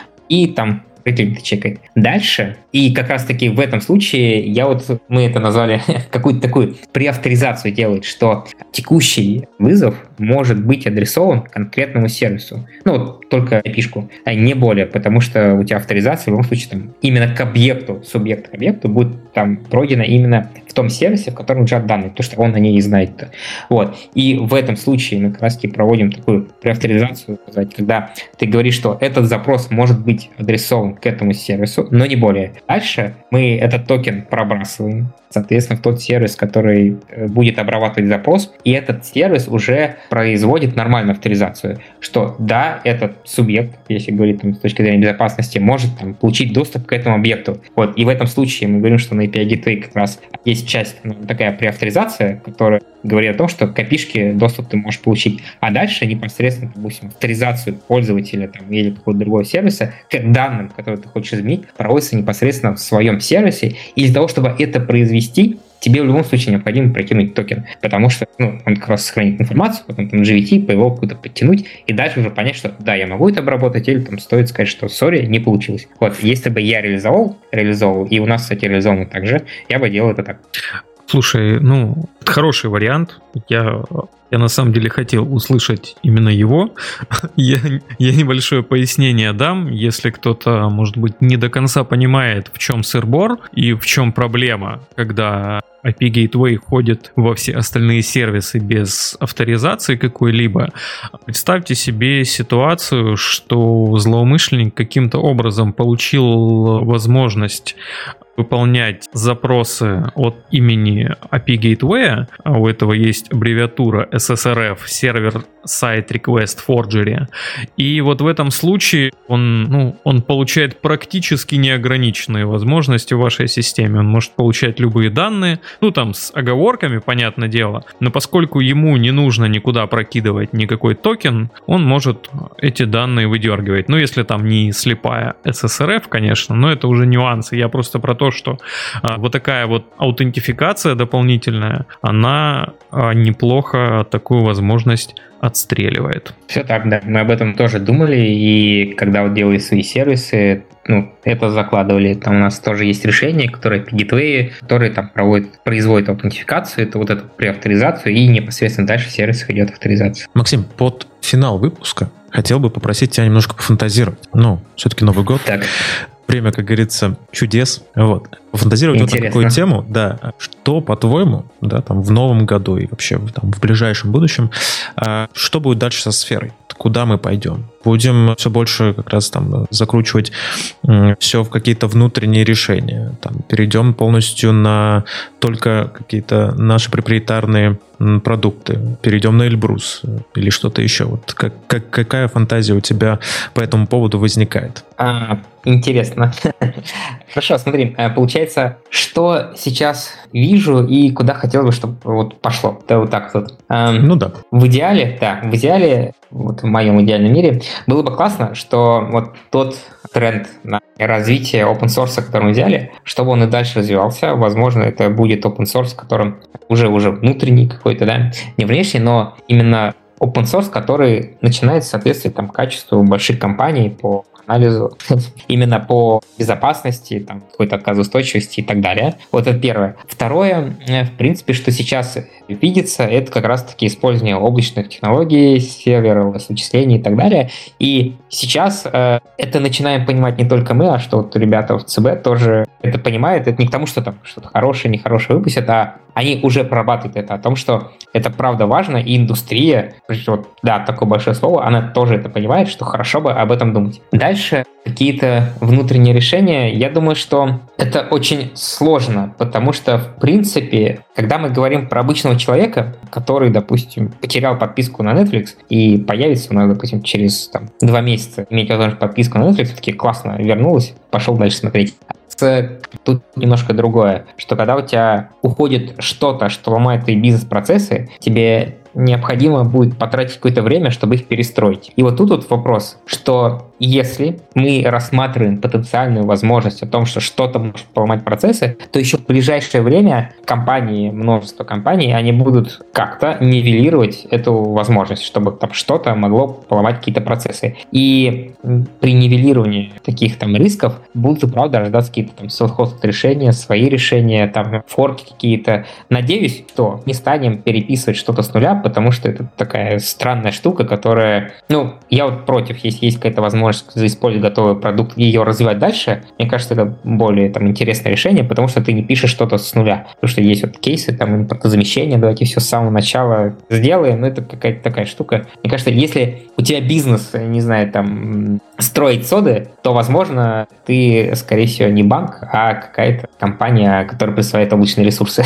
И там рейт-лимиты чекает. Дальше, и как раз-таки в этом случае мы это назвали какую-то такую преавторизацию делает, что текущий вызов может быть адресован конкретному сервису. Только IP-шку, а не более, потому что у тебя авторизация в любом случае там именно к объекту, субъект к объекту будет там пройдена именно в том сервисе, в котором лежат данные, потому что он о ней и знает. Вот. И в этом случае мы как раз-таки проводим такую преавторизацию, когда ты говоришь, что этот запрос может быть адресован к этому сервису, но не более. Дальше мы этот токен пробрасываем, соответственно, в тот сервис, который будет обрабатывать запрос, и этот сервис уже производит нормальную авторизацию, что да, этот субъект, если говорить с точки зрения безопасности, может получить доступ к этому объекту. Вот. И в этом случае мы говорим, что на API Gateway как раз есть часть, такая преавторизация, которая говорит о том, что к API-шке доступ ты можешь получить, а дальше непосредственно, допустим, авторизацию пользователя или какого-то другого сервиса к данным, которые ты хочешь изменить, проводится непосредственно в своем сервисе, и для того, чтобы это произвести, тебе в любом случае необходимо прокинуть токен, потому что он как раз сохранит информацию, потом там GVT, по его куда-то подтянуть, и дальше уже понять, что да, я могу это обработать, или там стоит сказать, что сори, не получилось. Вот, если бы я реализовал, и у нас, кстати, реализовано также, я бы делал это так. Слушай, это хороший вариант. Я на самом деле хотел услышать именно его. Я небольшое пояснение дам, если кто-то, может быть, не до конца понимает, в чем сыр-бор и в чем проблема, когда API Gateway ходит во все остальные сервисы без авторизации какой-либо. Представьте себе ситуацию, что злоумышленник каким-то образом получил возможность выполнять запросы от имени API Gateway, а у этого есть аббревиатура SSRF, Server Side Request Forgery, и вот в этом случае он получает практически неограниченные возможности в вашей системе. Он может получать любые данные, с оговорками, понятное дело, но поскольку ему не нужно никуда прокидывать никакой токен, он может эти данные выдергивать. Если там не слепая SSRF, конечно, но это уже нюансы. Я просто про то, что вот такая вот аутентификация дополнительная, она неплохо такую возможность отстреливает. Все так, да. Мы об этом тоже думали, и когда делали свои сервисы, это закладывали. Там у нас тоже есть решения, которые API Gateway, которые там производят аутентификацию, это вот эту преавторизацию, и непосредственно дальше в сервисах идет авторизация. Максим, под финал выпуска хотел бы попросить тебя немножко пофантазировать. Все-таки Новый год. Так. Время, как говорится, чудес. Пофантазировать вот на какую тему, да. Что, по-твоему, да, там в новом году и вообще там, в ближайшем будущем, что будет дальше со сферой? Куда мы пойдем? Будем все больше как раз там закручивать все в какие-то внутренние решения. Перейдем полностью на только какие-то наши проприетарные продукты. Перейдем на Эльбрус или что-то еще. Вот какая фантазия у тебя по этому поводу возникает? Интересно. Хорошо, смотри, получается, что сейчас вижу и куда хотел бы, чтобы пошло. Да, вот так вот. Да. В идеале, в моем идеальном мире, было бы классно, что вот тот тренд на развитие open source, который мы взяли, чтобы он и дальше развивался. Возможно, это будет open source, которым уже внутренний какой-то, да, не внешний, но именно open source, который начинает соответствовать качеству больших компаний по анализу, именно по безопасности, какой-то отказоустойчивости и так далее. Вот это первое. Второе, в принципе, что сейчас видится, это как раз-таки использование облачных технологий, серверов, вычислений и так далее. И сейчас это начинаем понимать не только мы, а что ребята в ЦБ тоже это понимают. Это не к тому, что там что-то хорошее, нехорошее выпустят, а они уже прорабатывают это, о том, что это правда важно, и индустрия, такое большое слово, она тоже это понимает, что хорошо бы об этом думать. Дальше какие-то внутренние решения, я думаю, что это очень сложно, потому что, в принципе, когда мы говорим про обычного человека, который, допустим, потерял подписку на Netflix и появится у нас, допустим, через 2 месяца иметь возможность подписку на Netflix, такие классно, вернулась, пошел дальше смотреть. Тут немножко другое, что когда у тебя уходит что-то, что ломает твои бизнес-процессы, тебе необходимо будет потратить какое-то время, чтобы их перестроить. И вот тут вопрос, что если мы рассматриваем потенциальную возможность о том, что что-то может поломать процессы, то еще в ближайшее время множество компаний, они будут как-то нивелировать эту возможность, чтобы что-то могло поломать какие-то процессы. И при нивелировании таких рисков будут, правда, рождаться какие-то self-hosted решения, свои решения, форки какие-то. Надеюсь, что не станем переписывать что-то с нуля, потому что это такая странная штука, которая... я против, если есть какая-то возможность использовать готовый продукт и ее развивать дальше, мне кажется, это более интересное решение, потому что ты не пишешь что-то с нуля. Потому что есть кейсы, импортозамещения, давайте все с самого начала сделаем, это какая-то такая штука. Мне кажется, если у тебя бизнес, не знаю, строить соды, то, возможно, ты, скорее всего, не банк, а какая-то компания, которая присваивает облачные ресурсы.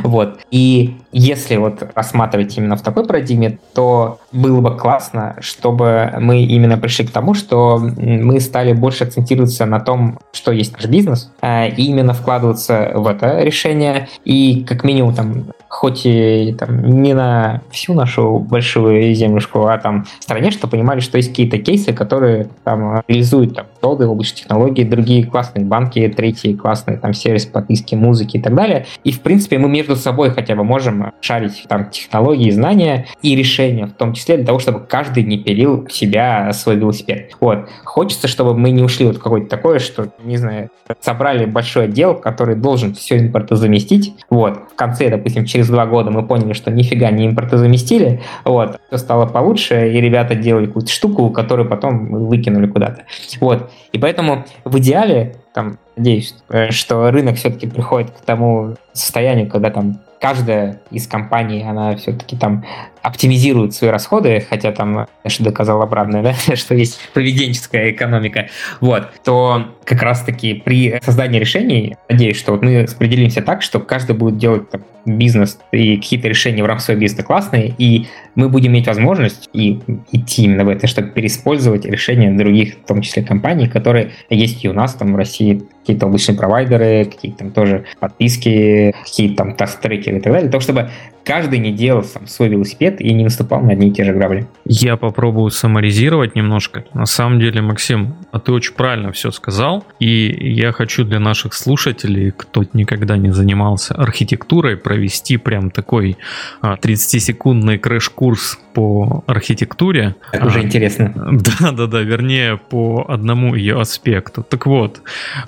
И если рассматривать именно в такой парадигме, то было бы классно, чтобы мы именно пришли к тому, что мы стали больше акцентироваться на том, что есть наш бизнес, и именно вкладываться в это решение, и как минимум хоть и там, не на всю нашу большую землюшку, а там в стране, что понимали, что есть какие-то кейсы, которые там реализуют там тоды в области технологий, другие классные банки, третьи классные там сервис подписки музыки и так далее. И в принципе мы между собой хотя бы можем шарить там технологии, знания и решения, в том числе для того, чтобы каждый не пилил в себя свой велосипед. Вот. Хочется, чтобы мы не ушли вот в какое-то такое, что, не знаю, собрали большой отдел, который должен все импортозаместить. Вот. В конце, допустим, через 2 года мы поняли, что нифига не импортозаместили. Вот. Все стало получше, и ребята делали какую-то штуку, которую потом выкинули куда-то. Вот. И поэтому в идеале, там, надеюсь, что рынок все-таки приходит к тому состоянию, когда там каждая из компаний, она все-таки там оптимизирует свои расходы, хотя там Эш доказал обратное, да, что есть поведенческая экономика, вот, то как раз-таки при создании решений, надеюсь, что вот мы распределимся так, что каждый будет делать там, бизнес и какие-то решения в рамках своего бизнеса классные, и мы будем иметь возможность и идти именно в это, чтобы переиспользовать решения других, в том числе компаний, которые есть и у нас там в России, какие-то облачные провайдеры, какие-то там тоже подписки, какие-то там таст-трекеры и так далее, для того, чтобы каждый не делал сам свой велосипед и не наступал на одни и те же грабли. Я попробую саммаризировать немножко. На самом деле, Максим, ты очень правильно все сказал. И я хочу для наших слушателей, кто никогда не занимался архитектурой, провести прям такой 30-секундный крэш-курс по архитектуре. Это уже интересно. Да, вернее, по одному ее аспекту. Так вот,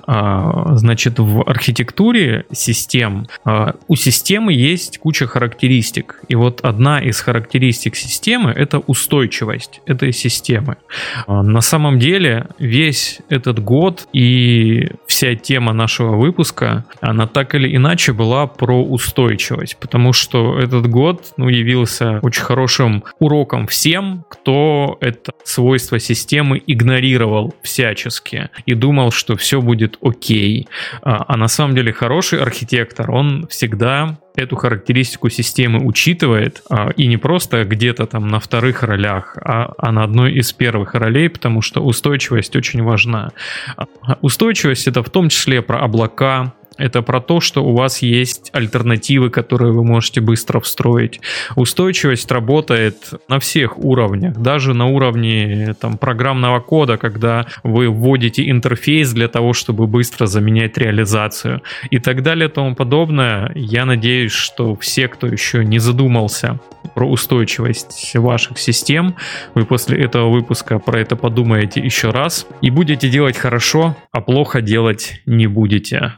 значит, в архитектуре систем у системы есть куча характеристик. И вот одна из характеристик системы — это устойчивость этой системы. На самом деле весь этот год и вся тема нашего выпуска, она так или иначе была про устойчивость, потому что этот год явился очень хорошим уроком всем, кто это свойство системы игнорировал всячески и думал, что все будет окей. А на самом деле хороший архитектор, он всегда эту характеристику системы учитывает, и не просто где-то там на вторых ролях, а на одной из первых ролей, потому что устойчивость очень важна. Устойчивость — это в том числе про облака, это про то, что у вас есть альтернативы, которые вы можете быстро встроить. Устойчивость работает на всех уровнях, даже на уровне там, программного кода, когда вы вводите интерфейс для того, чтобы быстро заменять реализацию и так далее и тому подобное. Я надеюсь, что все, кто еще не задумался про устойчивость ваших систем, вы после этого выпуска про это подумаете еще раз и будете делать хорошо, а плохо делать не будете.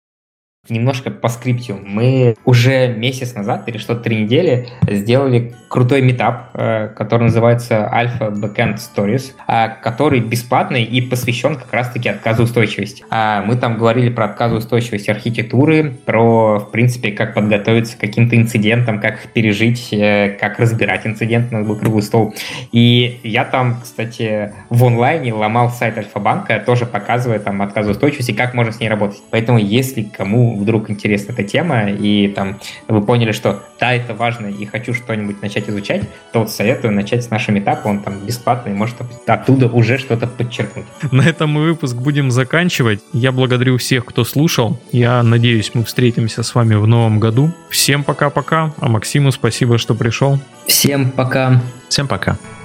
Немножко по скрипту. Мы уже месяц назад, или что-то 3 недели, сделали крутой митап, который называется Alpha Backend Stories, который бесплатный и посвящен как раз-таки отказоустойчивости. Мы там говорили про отказоустойчивость архитектуры, про, в принципе, как подготовиться к каким-то инцидентам, как их пережить, как разбирать инцидент, у нас был круглый стол. И я там, кстати, в онлайне ломал сайт Альфа-банка, тоже показывая там отказоустойчивость и как можно с ней работать. Поэтому, если кому вдруг интересна эта тема, и там вы поняли, что да, это важно, и хочу что-нибудь начать изучать, то вот советую начать с нашего этапа, он там бесплатный, может оттуда уже что-то подчеркнуть. На этом мы выпуск будем заканчивать. Я благодарю всех, кто слушал. Я надеюсь, мы встретимся с вами в новом году. Всем пока-пока, а Максиму спасибо, что пришел. Всем пока. Всем пока.